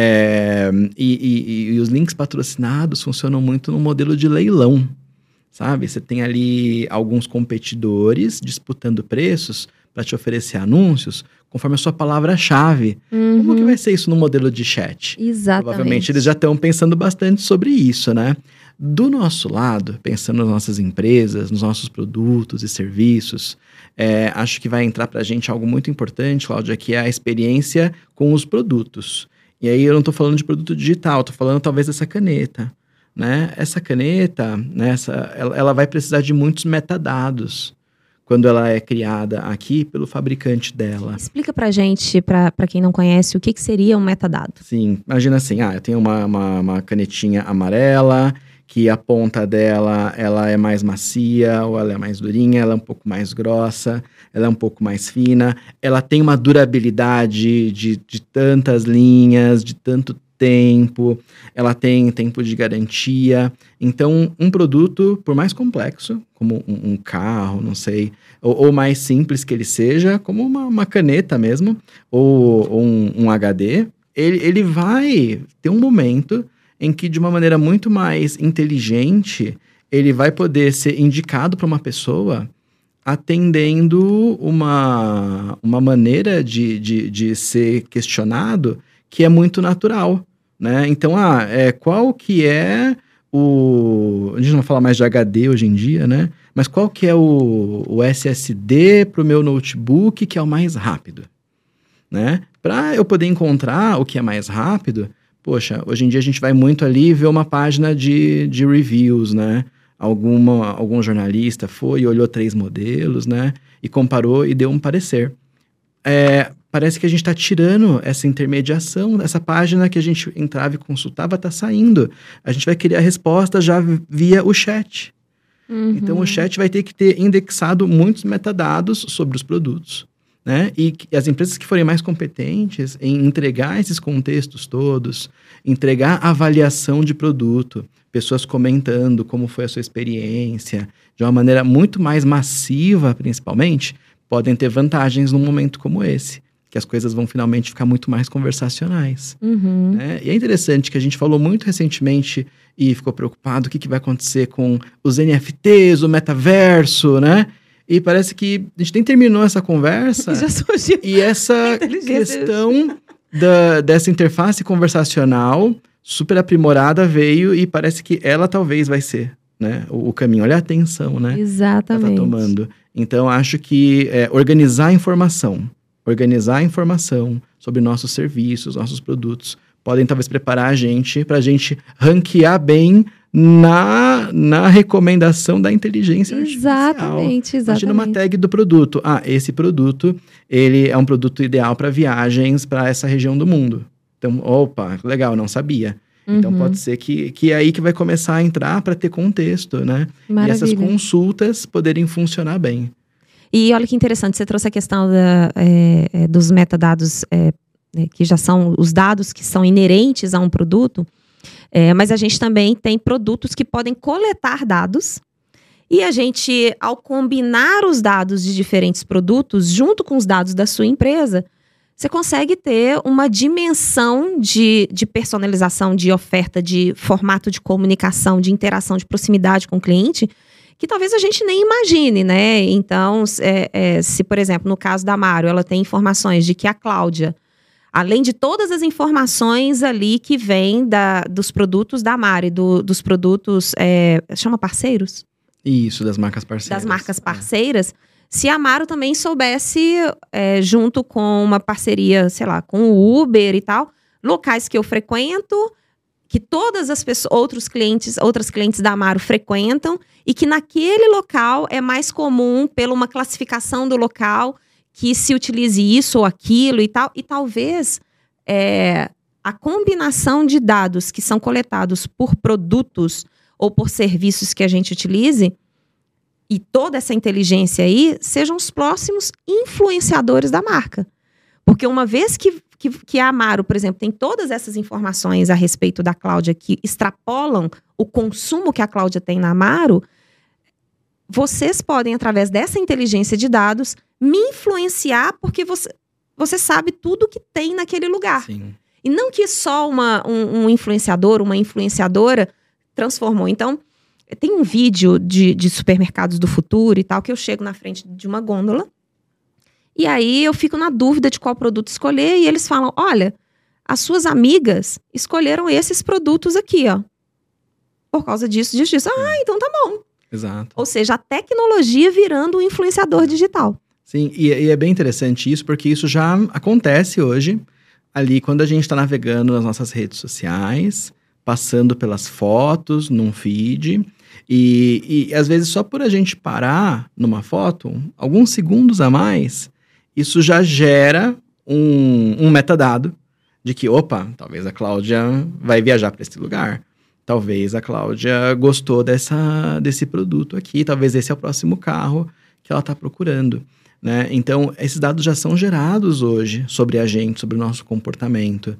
E os links patrocinados funcionam muito no modelo de leilão, sabe? Você tem ali alguns competidores disputando preços para te oferecer anúncios conforme a sua palavra-chave. Como que vai ser isso no modelo de chat? Exatamente. Provavelmente eles já estão pensando bastante sobre isso, né? Do nosso lado, pensando nas nossas empresas, nos nossos produtos e serviços, acho que vai entrar para a gente algo muito importante, Cláudia, que é a experiência com os produtos. E aí eu não estou falando de produto digital, estou falando talvez dessa caneta, né? Essa caneta, né, ela vai precisar de muitos metadados quando ela é criada aqui pelo fabricante dela. Explica pra gente, pra quem não conhece, o que seria um metadado. Sim, imagina assim, eu tenho uma canetinha amarela, que a ponta dela, ela é mais macia, ou ela é mais durinha, ela é um pouco mais grossa, ela é um pouco mais fina, ela tem uma durabilidade de tantas linhas, de tanto tempo, ela tem tempo de garantia. Então, um produto, por mais complexo, como um carro, não sei, ou mais simples que ele seja, como uma caneta mesmo, ou um HD, ele vai ter um momento em que, de uma maneira muito mais inteligente, ele vai poder ser indicado para uma pessoa atendendo uma maneira de ser questionado que é muito natural, né? Então, qual que é a gente não fala mais de HD hoje em dia, né? Mas qual que é o SSD para o meu notebook que é o mais rápido, né? Para eu poder encontrar o que é mais rápido, poxa, hoje em dia a gente vai muito ali ver uma página de reviews, né? Algum jornalista foi e olhou 3 modelos, né? E comparou e deu um parecer. Parece que a gente está tirando essa intermediação, essa página que a gente entrava e consultava está saindo. A gente vai querer a resposta já via o chat. Então, o chat vai ter que ter indexado muitos metadados sobre os produtos, né? E as empresas que forem mais competentes em entregar esses contextos todos, entregar avaliação de produto, pessoas comentando como foi a sua experiência, de uma maneira muito mais massiva, principalmente, podem ter vantagens num momento como esse, que as coisas vão finalmente ficar muito mais conversacionais. Né? E é interessante que a gente falou muito recentemente e ficou preocupado o que vai acontecer com os NFTs, o metaverso, né? E parece que a gente nem terminou essa conversa. Já surgiu. E essa questão dessa interface conversacional super aprimorada veio e parece que ela talvez vai ser, né, o caminho. Olha a atenção, né? Exatamente. Ela tá tomando. Então, acho que organizar a informação sobre nossos serviços, nossos produtos, podem talvez preparar a gente para a gente ranquear bem na recomendação da inteligência artificial. Exatamente. Imagina uma tag do produto. Esse produto, ele é um produto ideal para viagens para essa região do mundo. Então, opa, legal, não sabia. Então, pode ser que é aí que vai começar a entrar para ter contexto, né? Maravilha. E essas consultas poderem funcionar bem. E olha que interessante, você trouxe a questão dos metadados né, que já são os dados que são inerentes a um produto, mas a gente também tem produtos que podem coletar dados. E a gente, ao combinar os dados de diferentes produtos junto com os dados da sua empresa, você consegue ter uma dimensão de personalização, de oferta, de formato de comunicação, de interação, de proximidade com o cliente, que talvez a gente nem imagine, né? Então, se, por exemplo, no caso da Amaro, ela tem informações de que a Cláudia, além de todas as informações ali que vêm dos produtos da Amaro e dos produtos, chama parceiros? Isso, das marcas parceiras. Das marcas parceiras. Se a Amaro também soubesse, junto com uma parceria, sei lá, com o Uber e tal, locais que eu frequento, que todas as pessoas, outras clientes da Amaro frequentam, e que naquele local é mais comum, pela uma classificação do local, que se utilize isso ou aquilo e tal. E talvez a combinação de dados que são coletados por produtos ou por serviços que a gente utilize, e toda essa inteligência aí, sejam os próximos influenciadores da marca. Porque uma vez que a Amaro, por exemplo, tem todas essas informações a respeito da Cláudia que extrapolam o consumo que a Cláudia tem na Amaro, vocês podem, através dessa inteligência de dados, me influenciar porque você sabe tudo que tem naquele lugar. Sim. E não que só um influenciador, uma influenciadora transformou. Então, tem um vídeo de supermercados do futuro e tal, que eu chego na frente de uma gôndola, e aí eu fico na dúvida de qual produto escolher, e eles falam, olha, as suas amigas escolheram esses produtos aqui, ó. Por causa disso, disso. Ah, então tá bom. Exato. Ou seja, a tecnologia virando um influenciador digital. Sim, e é bem interessante isso, porque isso já acontece hoje, ali quando a gente está navegando nas nossas redes sociais, passando pelas fotos, num feed, e às vezes só por a gente parar numa foto, alguns segundos a mais, isso já gera um metadado de que, opa, talvez a Cláudia vai viajar para esse lugar, talvez a Cláudia gostou desse produto aqui, talvez esse é o próximo carro que ela está procurando, né? Então, esses dados já são gerados hoje sobre a gente, sobre o nosso comportamento.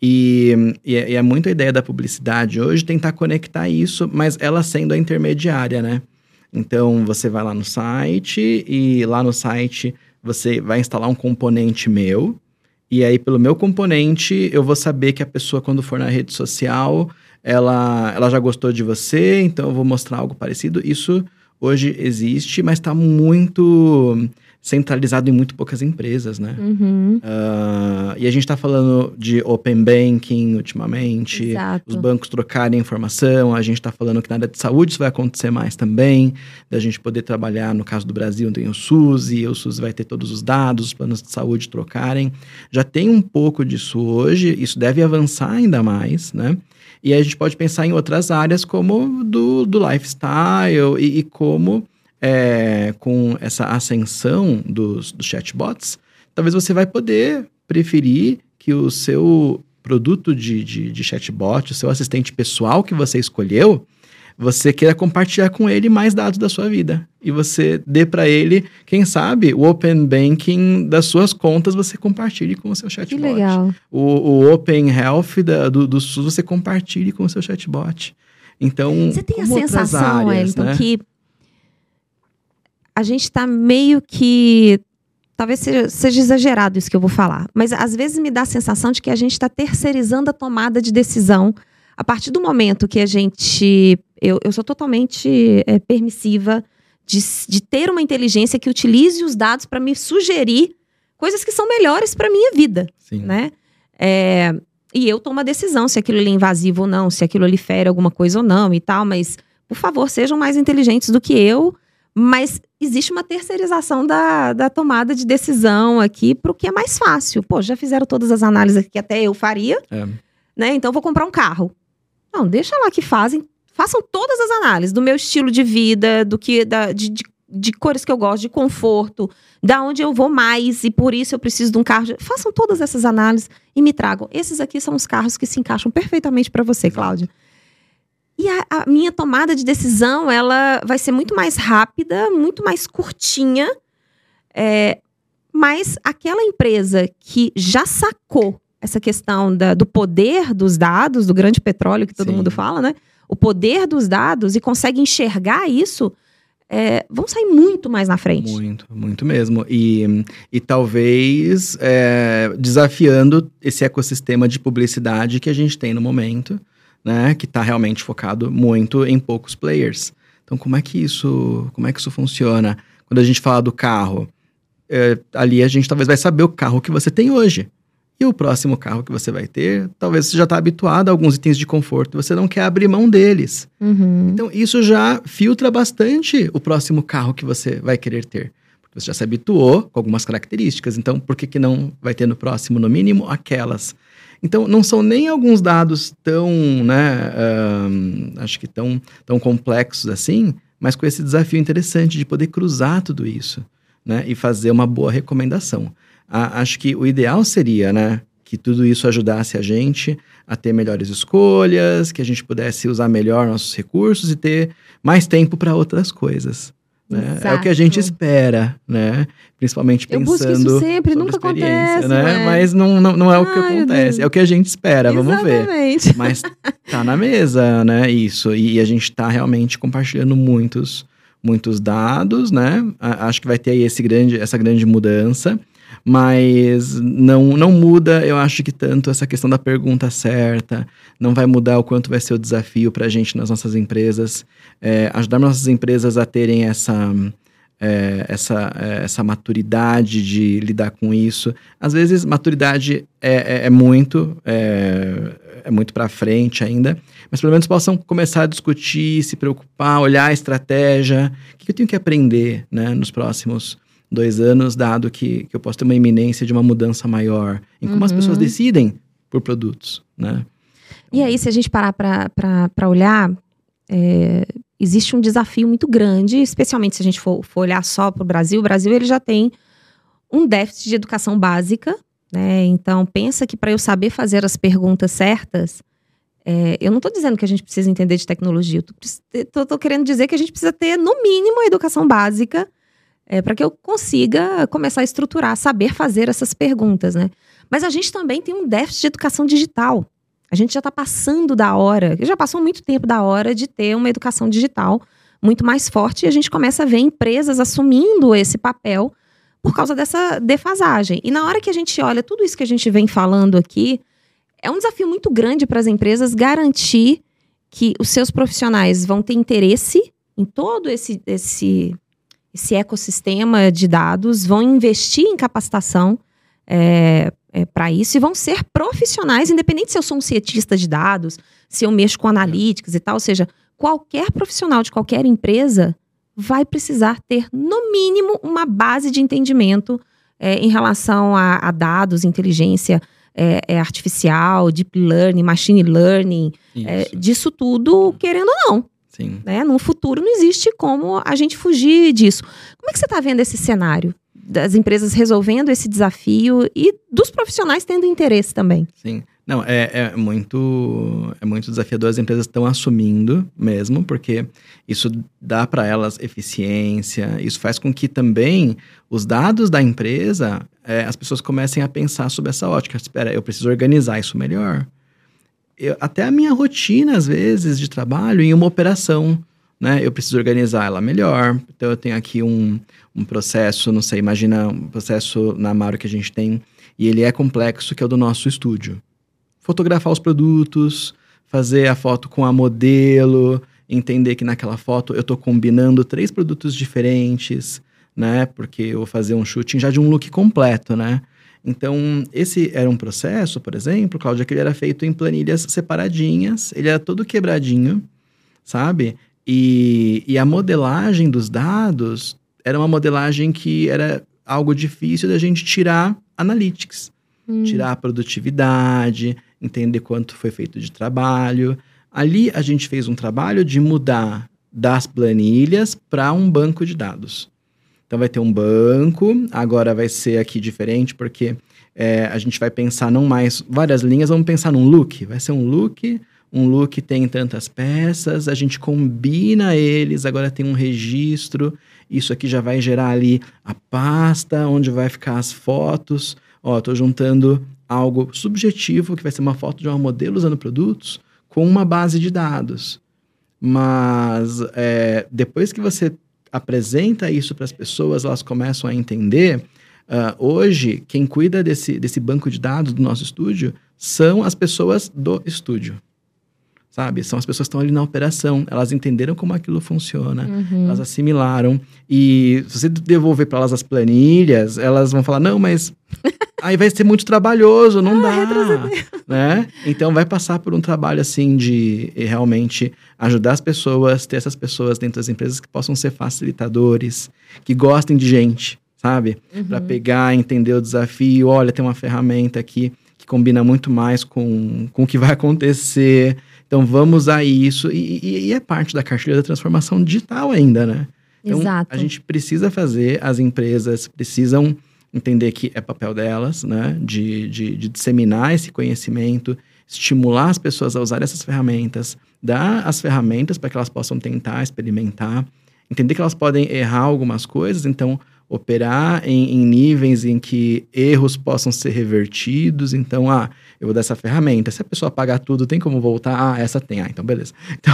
E é muito a ideia da publicidade hoje tentar conectar isso, mas ela sendo a intermediária, né? Então, você vai lá no site e lá no site você vai instalar um componente meu. E aí, pelo meu componente, eu vou saber que a pessoa, quando for na rede social, ela já gostou de você, então eu vou mostrar algo parecido. Isso hoje existe, mas está muito centralizado em muito poucas empresas, né? Uhum. E a gente está falando de open banking ultimamente, Exato. Os bancos trocarem informação, a gente está falando que na área de saúde isso vai acontecer mais também, da gente poder trabalhar, no caso do Brasil, tem o SUS, e o SUS vai ter todos os dados, os planos de saúde trocarem. Já tem um pouco disso hoje, isso deve avançar ainda mais, né? E aí a gente pode pensar em outras áreas como do lifestyle e como com essa ascensão dos chatbots, talvez você vai poder preferir que o seu produto de chatbot, o seu assistente pessoal que você escolheu, você queira compartilhar com ele mais dados da sua vida. E você dê para ele, quem sabe, o open banking das suas contas, você compartilhe com o seu chatbot. Que legal. O open health do SUS, você compartilhe com o seu chatbot. Então, você tem a como outras sensação, áreas, Wellington, né? que a gente está meio que... Talvez seja exagerado isso que eu vou falar, mas às vezes me dá a sensação de que a gente está terceirizando a tomada de decisão a partir do momento que a gente... Eu sou totalmente permissiva de ter uma inteligência que utilize os dados para me sugerir coisas que são melhores para a minha vida. Sim. Né? E eu tomo a decisão se aquilo ali é invasivo ou não, se aquilo ali fere alguma coisa ou não e tal, mas, por favor, sejam mais inteligentes do que eu. Mas existe uma terceirização da tomada de decisão aqui para o que é mais fácil. Pô, já fizeram todas as análises que até eu faria, né? Então eu vou comprar um carro. Não, deixa lá que façam todas as análises do meu estilo de vida, de cores que eu gosto, de conforto, da onde eu vou mais e por isso eu preciso de um carro. Façam todas essas análises e me tragam. Esses aqui são os carros que se encaixam perfeitamente para você, Cláudia. E a minha tomada de decisão, ela vai ser muito mais rápida, muito mais curtinha. Mas aquela empresa que já sacou essa questão do poder dos dados, do grande petróleo que todo Sim. mundo fala, né? O poder dos dados e consegue enxergar isso, vão sair muito mais na frente. Muito, muito mesmo. E talvez desafiando esse ecossistema de publicidade que a gente tem no momento, né? Que está realmente focado muito em poucos players. Então, como é que isso funciona? Quando a gente fala do carro, ali a gente talvez vai saber o carro que você tem hoje. E o próximo carro que você vai ter, talvez você já está habituado a alguns itens de conforto, você não quer abrir mão deles. Uhum. Então, isso já filtra bastante o próximo carro que você vai querer ter. Porque você já se habituou com algumas características, então por que não vai ter no próximo, no mínimo, aquelas? Então, não são nem alguns dados tão, né, acho que tão complexos assim, mas com esse desafio interessante de poder cruzar tudo isso, né, e fazer uma boa recomendação. Acho que o ideal seria, né, que tudo isso ajudasse a gente a ter melhores escolhas, que a gente pudesse usar melhor nossos recursos e ter mais tempo para outras coisas. Né? É o que a gente espera, né? Principalmente pensando... Eu busco isso sempre, nunca acontece, né? Mas não é o que acontece, é o que a gente espera, vamos ver. Mas tá na mesa, né, isso. E a gente tá realmente compartilhando muitos dados, né? Acho que vai ter aí essa grande mudança. Mas não muda, eu acho que tanto essa questão da pergunta certa, não vai mudar o quanto vai ser o desafio para a gente nas nossas empresas, ajudar nossas empresas a terem essa maturidade de lidar com isso. Às vezes, maturidade é muito para frente ainda, mas pelo menos possam começar a discutir, se preocupar, olhar a estratégia, o que eu tenho que aprender, né, nos próximos 2 anos, dado que eu posso ter uma iminência de uma mudança maior em como as pessoas decidem por produtos, né? E aí, se a gente parar para olhar, existe um desafio muito grande, especialmente se a gente for olhar só para o Brasil. O Brasil ele já tem um déficit de educação básica, né? Então, pensa que para eu saber fazer as perguntas certas, eu não estou dizendo que a gente precisa entender de tecnologia, eu tô querendo dizer que a gente precisa ter, no mínimo, a educação básica, para que eu consiga começar a estruturar, saber fazer essas perguntas, né? Mas a gente também tem um déficit de educação digital. A gente já está passando da hora, já passou muito tempo da hora de ter uma educação digital muito mais forte, e a gente começa a ver empresas assumindo esse papel por causa dessa defasagem. E na hora que a gente olha tudo isso que a gente vem falando aqui, é um desafio muito grande para as empresas garantir que os seus profissionais vão ter interesse em todo esse ecossistema de dados, vão investir em capacitação para isso e vão ser profissionais, independente se eu sou um cientista de dados, se eu mexo com analytics e tal, ou seja, qualquer profissional de qualquer empresa vai precisar ter, no mínimo, uma base de entendimento em relação a dados, inteligência artificial, deep learning, machine learning, disso tudo, querendo ou não. Sim. Né? No futuro não existe como a gente fugir disso. Como é que você está vendo esse cenário? Das empresas resolvendo esse desafio e dos profissionais tendo interesse também. Sim. Não, é muito desafiador. As empresas estão assumindo mesmo, porque isso dá para elas eficiência, isso faz com que também os dados da empresa, as pessoas comecem a pensar sobre essa ótica. Espera, eu preciso organizar isso melhor. Até a minha rotina, às vezes, de trabalho em uma operação, né? Eu preciso organizar ela melhor. Então, eu tenho aqui um processo, não sei, imagina um processo na Amaro que a gente tem, e ele é complexo, que é o do nosso estúdio. Fotografar os produtos, fazer a foto com a modelo, entender que naquela foto eu estou combinando 3 produtos diferentes, né? Porque eu vou fazer um shooting já de um look completo, né? Então, esse era um processo, por exemplo, Cláudia, que ele era feito em planilhas separadinhas, ele era todo quebradinho, sabe? E a modelagem dos dados era uma modelagem que era algo difícil da gente tirar analytics, tirar a produtividade, entender quanto foi feito de trabalho. Ali a gente fez um trabalho de mudar das planilhas para um banco de dados. Então vai ter um banco, agora vai ser aqui diferente, porque a gente vai pensar não mais várias linhas, vamos pensar num look. Vai ser um look tem tantas peças, a gente combina eles, agora tem um registro, isso aqui já vai gerar ali a pasta, onde vai ficar as fotos. Ó, tô juntando algo subjetivo, que vai ser uma foto de uma modelo usando produtos, com uma base de dados. Mas depois que você apresenta isso para as pessoas, elas começam a entender. Hoje, quem cuida desse banco de dados do nosso estúdio são as pessoas do estúdio. Sabe? São as pessoas que estão ali na operação. Elas entenderam como aquilo funciona. Elas assimilaram. E se você devolver para elas as planilhas, elas vão falar, não, mas aí vai ser muito trabalhoso, não dá. Né? Então, vai passar por um trabalho, assim, de realmente ajudar as pessoas, ter essas pessoas dentro das empresas que possam ser facilitadores, que gostem de gente, sabe? Para pegar, entender o desafio. Olha, tem uma ferramenta aqui que combina muito mais com o que vai acontecer. Então, vamos usar isso. E é parte da cartilha da transformação digital ainda, né? Então, Exato. A gente precisa fazer, as empresas precisam entender que é papel delas, né? De disseminar esse conhecimento, estimular as pessoas a usar essas ferramentas, dar as ferramentas para que elas possam tentar, experimentar, entender que elas podem errar algumas coisas, então operar em níveis em que erros possam ser revertidos. Então, eu vou dar essa ferramenta. Se a pessoa apagar tudo, tem como voltar? Essa tem. Então, beleza.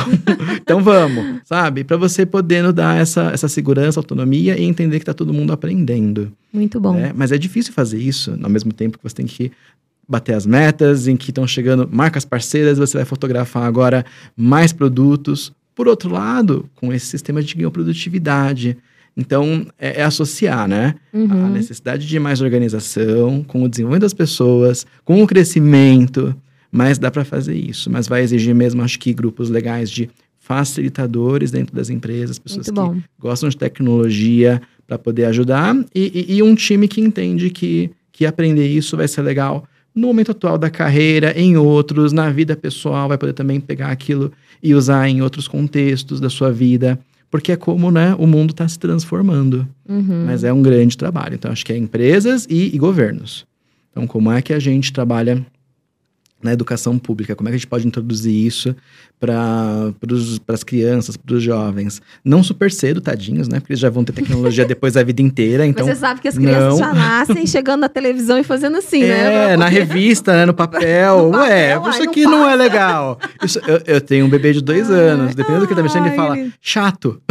Então vamos, sabe? Para você podendo dar essa segurança, autonomia e entender que tá todo mundo aprendendo. Muito bom. Né? Mas é difícil fazer isso, ao mesmo tempo que você tem que bater as metas, em que estão chegando marcas parceiras, você vai fotografar agora mais produtos. Por outro lado, com esse sistema de produtividade. Então, é associar, né? A necessidade de mais organização, com o desenvolvimento das pessoas, com o crescimento. Mas dá para fazer isso. Mas vai exigir mesmo, acho que, grupos legais de facilitadores dentro das empresas, pessoas que gostam de tecnologia para poder ajudar. E um time que entende que aprender isso vai ser legal no momento atual da carreira, em outros, na vida pessoal, vai poder também pegar aquilo e usar em outros contextos da sua vida. Porque é como, né, o mundo está se transformando. Mas é um grande trabalho. Então, acho que é empresas e governos. Então, como é que a gente trabalha na educação pública? Como é que a gente pode introduzir isso para as crianças, para os jovens? Não super cedo, tadinhos, né? Porque eles já vão ter tecnologia depois da vida inteira. Então, mas você sabe que as crianças já nascem chegando na televisão e fazendo assim, né? Na revista, né? No papel. Isso aqui não é legal. Eu tenho um bebê de 2 anos. Dependendo do que tá mexendo, ele fala, chato.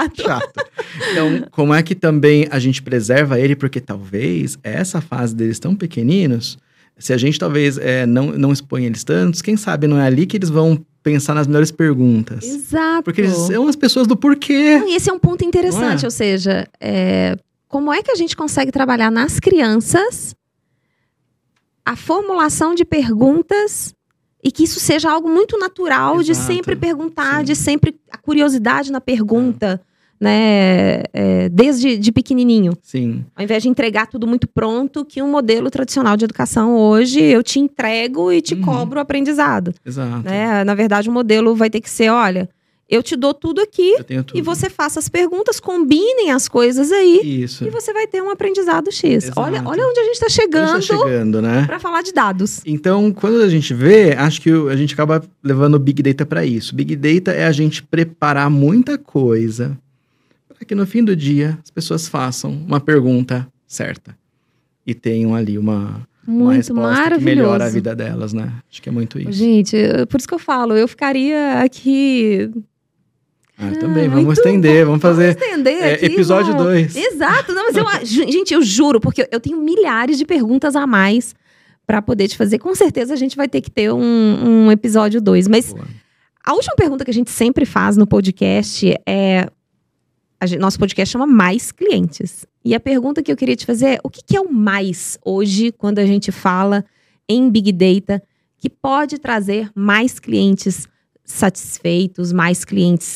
Então, como é que também a gente preserva ele? Porque talvez essa fase deles tão pequeninos, se a gente talvez não expõe eles tantos, quem sabe não é ali que eles vão pensar nas melhores perguntas. Exato. Porque eles são as pessoas do porquê. E esse é um ponto interessante, ou seja, como é que a gente consegue trabalhar nas crianças a formulação de perguntas e que isso seja algo muito natural, de sempre perguntar, de sempre a curiosidade na pergunta. Né, desde de pequenininho. Sim. Ao invés de entregar tudo muito pronto, que um modelo tradicional de educação hoje, eu te entrego e te cobro o aprendizado. Exato. Né? Na verdade, o modelo vai ter que ser, olha, eu te dou tudo aqui e você faça as perguntas, combinem as coisas aí. Isso. E você vai ter um aprendizado X. Exato. Olha onde a gente está chegando, né? Para falar de dados. Então, quando a gente vê, acho que a gente acaba levando o Big Data para isso. Big Data é a gente preparar muita coisa para que no fim do dia as pessoas façam uma pergunta certa e tenham ali uma resposta que melhora a vida delas, né? Acho que é muito isso. Gente, por isso que eu falo, eu ficaria aqui... também, vamos estender, vamos fazer aqui, episódio 2. Exato, não, mas gente, eu juro, porque eu tenho milhares de perguntas a mais para poder te fazer. Com certeza a gente vai ter que ter um episódio 2, mas a última pergunta que a gente sempre faz no podcast é... Nosso podcast chama Mais Clientes. E a pergunta que eu queria te fazer é, o que é o mais hoje, quando a gente fala em Big Data, que pode trazer mais clientes satisfeitos, mais clientes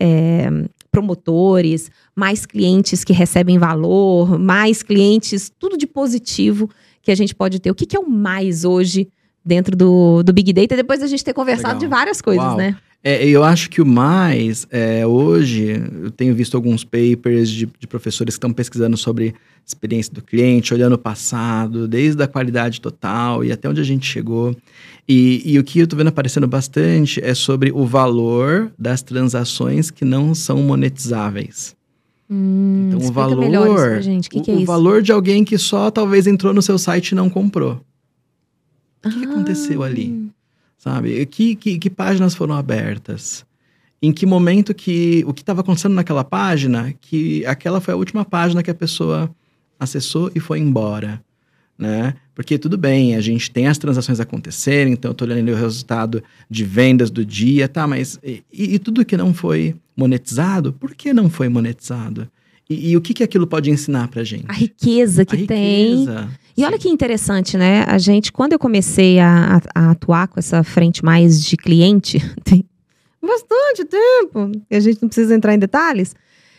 promotores, mais clientes que recebem valor, mais clientes, tudo de positivo que a gente pode ter. O que é o mais hoje dentro do Big Data? Depois da gente ter conversado de várias coisas, né? Eu acho que o mais, hoje, eu tenho visto alguns papers de professores que estão pesquisando sobre experiência do cliente, olhando o passado, desde a qualidade total e até onde a gente chegou. E o que eu estou vendo aparecendo bastante é sobre o valor das transações que não são monetizáveis. Então, o valor, melhor isso pra gente. Que é isso? Valor de alguém que só talvez entrou no seu site e não comprou. O que aconteceu ali? Sabe? Que páginas foram abertas? Em que momento o que estava acontecendo naquela página, que aquela foi a última página que a pessoa acessou e foi embora, né? Porque tudo bem, a gente tem as transações acontecerem, então eu tô olhando ali o resultado de vendas do dia, tá? Mas e tudo que não foi monetizado, por que não foi monetizado? E o que aquilo pode ensinar pra gente? A riqueza que tem. E olha que interessante, né? A gente, quando eu comecei a atuar com essa frente mais de cliente, tem bastante tempo, e a gente não precisa entrar em detalhes,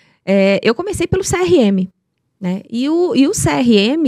eu comecei pelo CRM, né? E o CRM,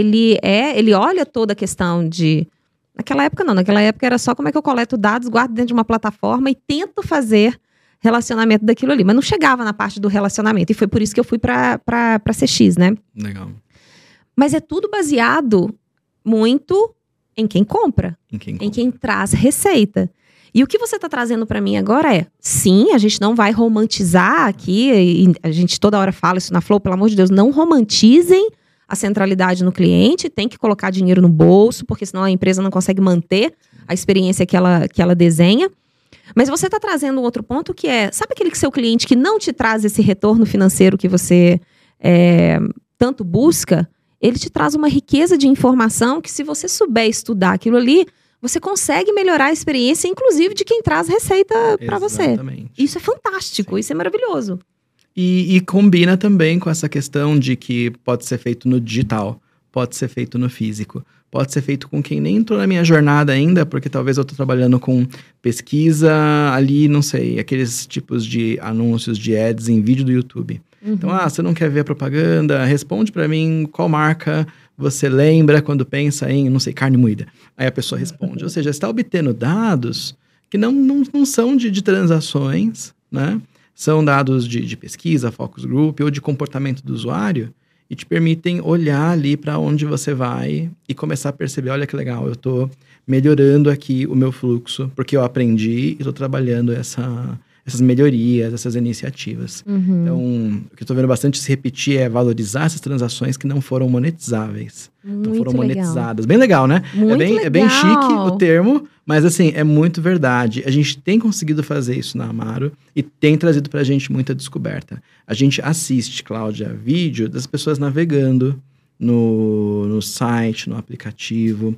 ele olha toda a questão de... Naquela época era só como é que eu coleto dados, guardo dentro de uma plataforma e tento fazer relacionamento daquilo ali, mas não chegava na parte do relacionamento, e foi por isso que eu fui para CX, né? Legal. Mas é tudo baseado muito em quem compra, em quem traz receita. E o que você está trazendo para mim agora sim, a gente não vai romantizar aqui, e a gente toda hora fala isso na Flow, pelo amor de Deus, não romantizem a centralidade no cliente, tem que colocar dinheiro no bolso, porque senão a empresa não consegue manter a experiência que ela desenha. Mas você está trazendo um outro ponto que sabe aquele seu cliente que não te traz esse retorno financeiro que você tanto busca? Ele te traz uma riqueza de informação que, se você souber estudar aquilo ali, você consegue melhorar a experiência, inclusive, de quem traz receita para você. Isso é fantástico, isso é maravilhoso. E combina também com essa questão de que pode ser feito no digital, pode ser feito no físico, pode ser feito com quem nem entrou na minha jornada ainda, porque talvez eu estou trabalhando com pesquisa ali, não sei, aqueles tipos de anúncios de ads em vídeo do YouTube. Uhum. Então, você não quer ver a propaganda? Responde para mim qual marca você lembra quando pensa em, não sei, carne moída. Aí a pessoa responde. Ou seja, você está obtendo dados que não são de transações, né? São dados de pesquisa, focus group ou de comportamento do usuário e te permitem olhar ali para onde você vai e começar a perceber, olha que legal, eu estou melhorando aqui o meu fluxo porque eu aprendi e estou trabalhando essas melhorias, essas iniciativas. Uhum. Então, o que eu estou vendo bastante se repetir é valorizar essas transações que não foram monetizáveis. Não foram monetizadas. Bem legal, né? É bem chique o termo, mas assim, é muito verdade. A gente tem conseguido fazer isso na Amaro e tem trazido pra gente muita descoberta. A gente assiste, Cláudia, vídeo das pessoas navegando no site, no aplicativo.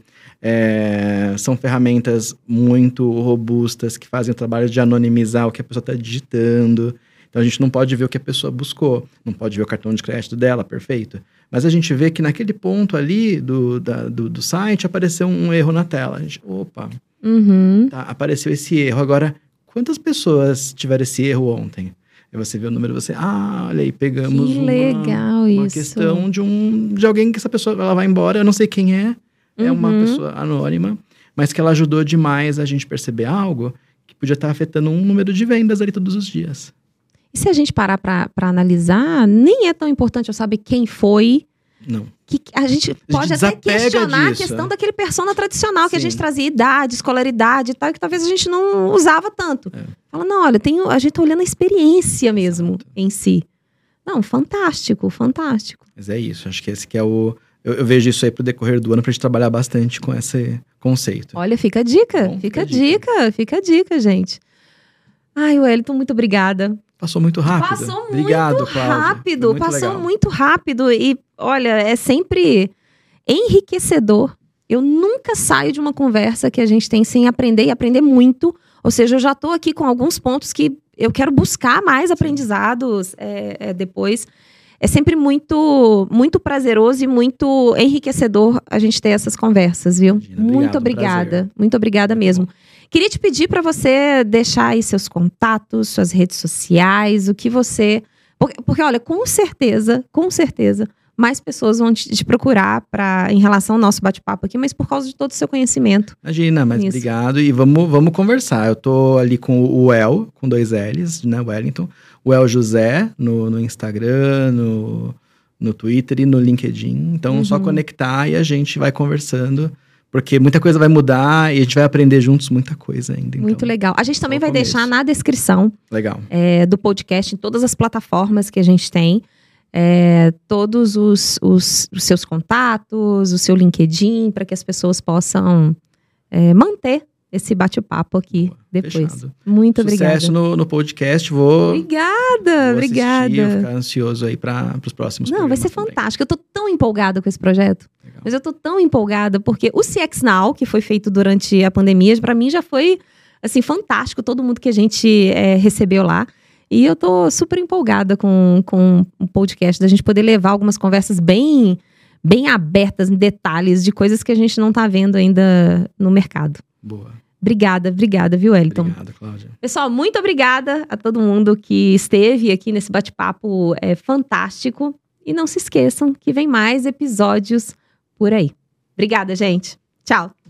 São ferramentas muito robustas que fazem o trabalho de anonimizar o que a pessoa está digitando. Então, a gente não pode ver o que a pessoa buscou. Não pode ver o cartão de crédito dela, perfeito. Mas a gente vê que naquele ponto ali do site apareceu um erro na tela. A gente, opa, apareceu esse erro. Agora, quantas pessoas tiveram esse erro ontem? Aí você vê o número, olha aí, pegamos uma questão de alguém que essa pessoa ela vai embora, eu não sei quem é uma pessoa anônima, mas que ela ajudou demais a gente perceber algo que podia estar afetando um número de vendas ali todos os dias. E se a gente parar para analisar, nem é tão importante eu saber quem foi. Não. Que a gente pode até questionar a questão daquele persona tradicional que a gente trazia, idade, escolaridade e tal, que talvez a gente não usava tanto. Fala, não, olha, a gente tá olhando a experiência mesmo em si. Não, fantástico, fantástico. Mas é isso, acho que esse que é o... Eu vejo isso aí pro decorrer do ano pra gente trabalhar bastante com esse conceito. Olha, fica a dica, fica a dica, gente. Ai, Wellington, muito obrigada. Passou muito rápido. Obrigado, Cláudia. Passou muito rápido e, olha, é sempre enriquecedor. Eu nunca saio de uma conversa que a gente tem sem aprender e aprender muito. Ou seja, eu já estou aqui com alguns pontos que eu quero buscar mais aprendizados depois. É sempre muito, muito prazeroso e muito enriquecedor a gente ter essas conversas, viu? Imagina, muito obrigada. Muito obrigada mesmo. Queria te pedir para você deixar aí seus contatos, suas redes sociais, o que você... Porque olha, com certeza, mais pessoas vão te procurar em relação ao nosso bate-papo aqui, mas por causa de todo o seu conhecimento. Imagina, mas obrigado. E vamos conversar. Eu tô ali com o El, com 2 L's, né, Wellington. O El José, no Instagram, no Twitter e no LinkedIn. Então, só conectar e a gente vai conversando. Porque muita coisa vai mudar e a gente vai aprender juntos muita coisa ainda. Então, muito legal. A gente também vai deixar na descrição do podcast, em todas as plataformas que a gente tem, todos os seus contatos, o seu LinkedIn, para que as pessoas possam manter esse bate-papo aqui depois. Fechado. Muito obrigada. Sucesso no podcast. Obrigada. Vou ficar ansioso aí para os próximos Não, vai ser também. fantástico. Eu tô tão empolgada com esse projeto. Legal. Mas eu tô tão empolgada porque o CX Now, que foi feito durante a pandemia, para mim já foi, assim, fantástico. Todo mundo que a gente recebeu lá. E eu tô super empolgada com o podcast, da gente poder levar algumas conversas bem abertas, em detalhes de coisas que a gente não tá vendo ainda no mercado. Boa. Obrigada, viu, Wellington? Obrigado, Cláudia. Pessoal, muito obrigada a todo mundo que esteve aqui nesse bate-papo fantástico. E não se esqueçam que vem mais episódios por aí. Obrigada, gente. Tchau.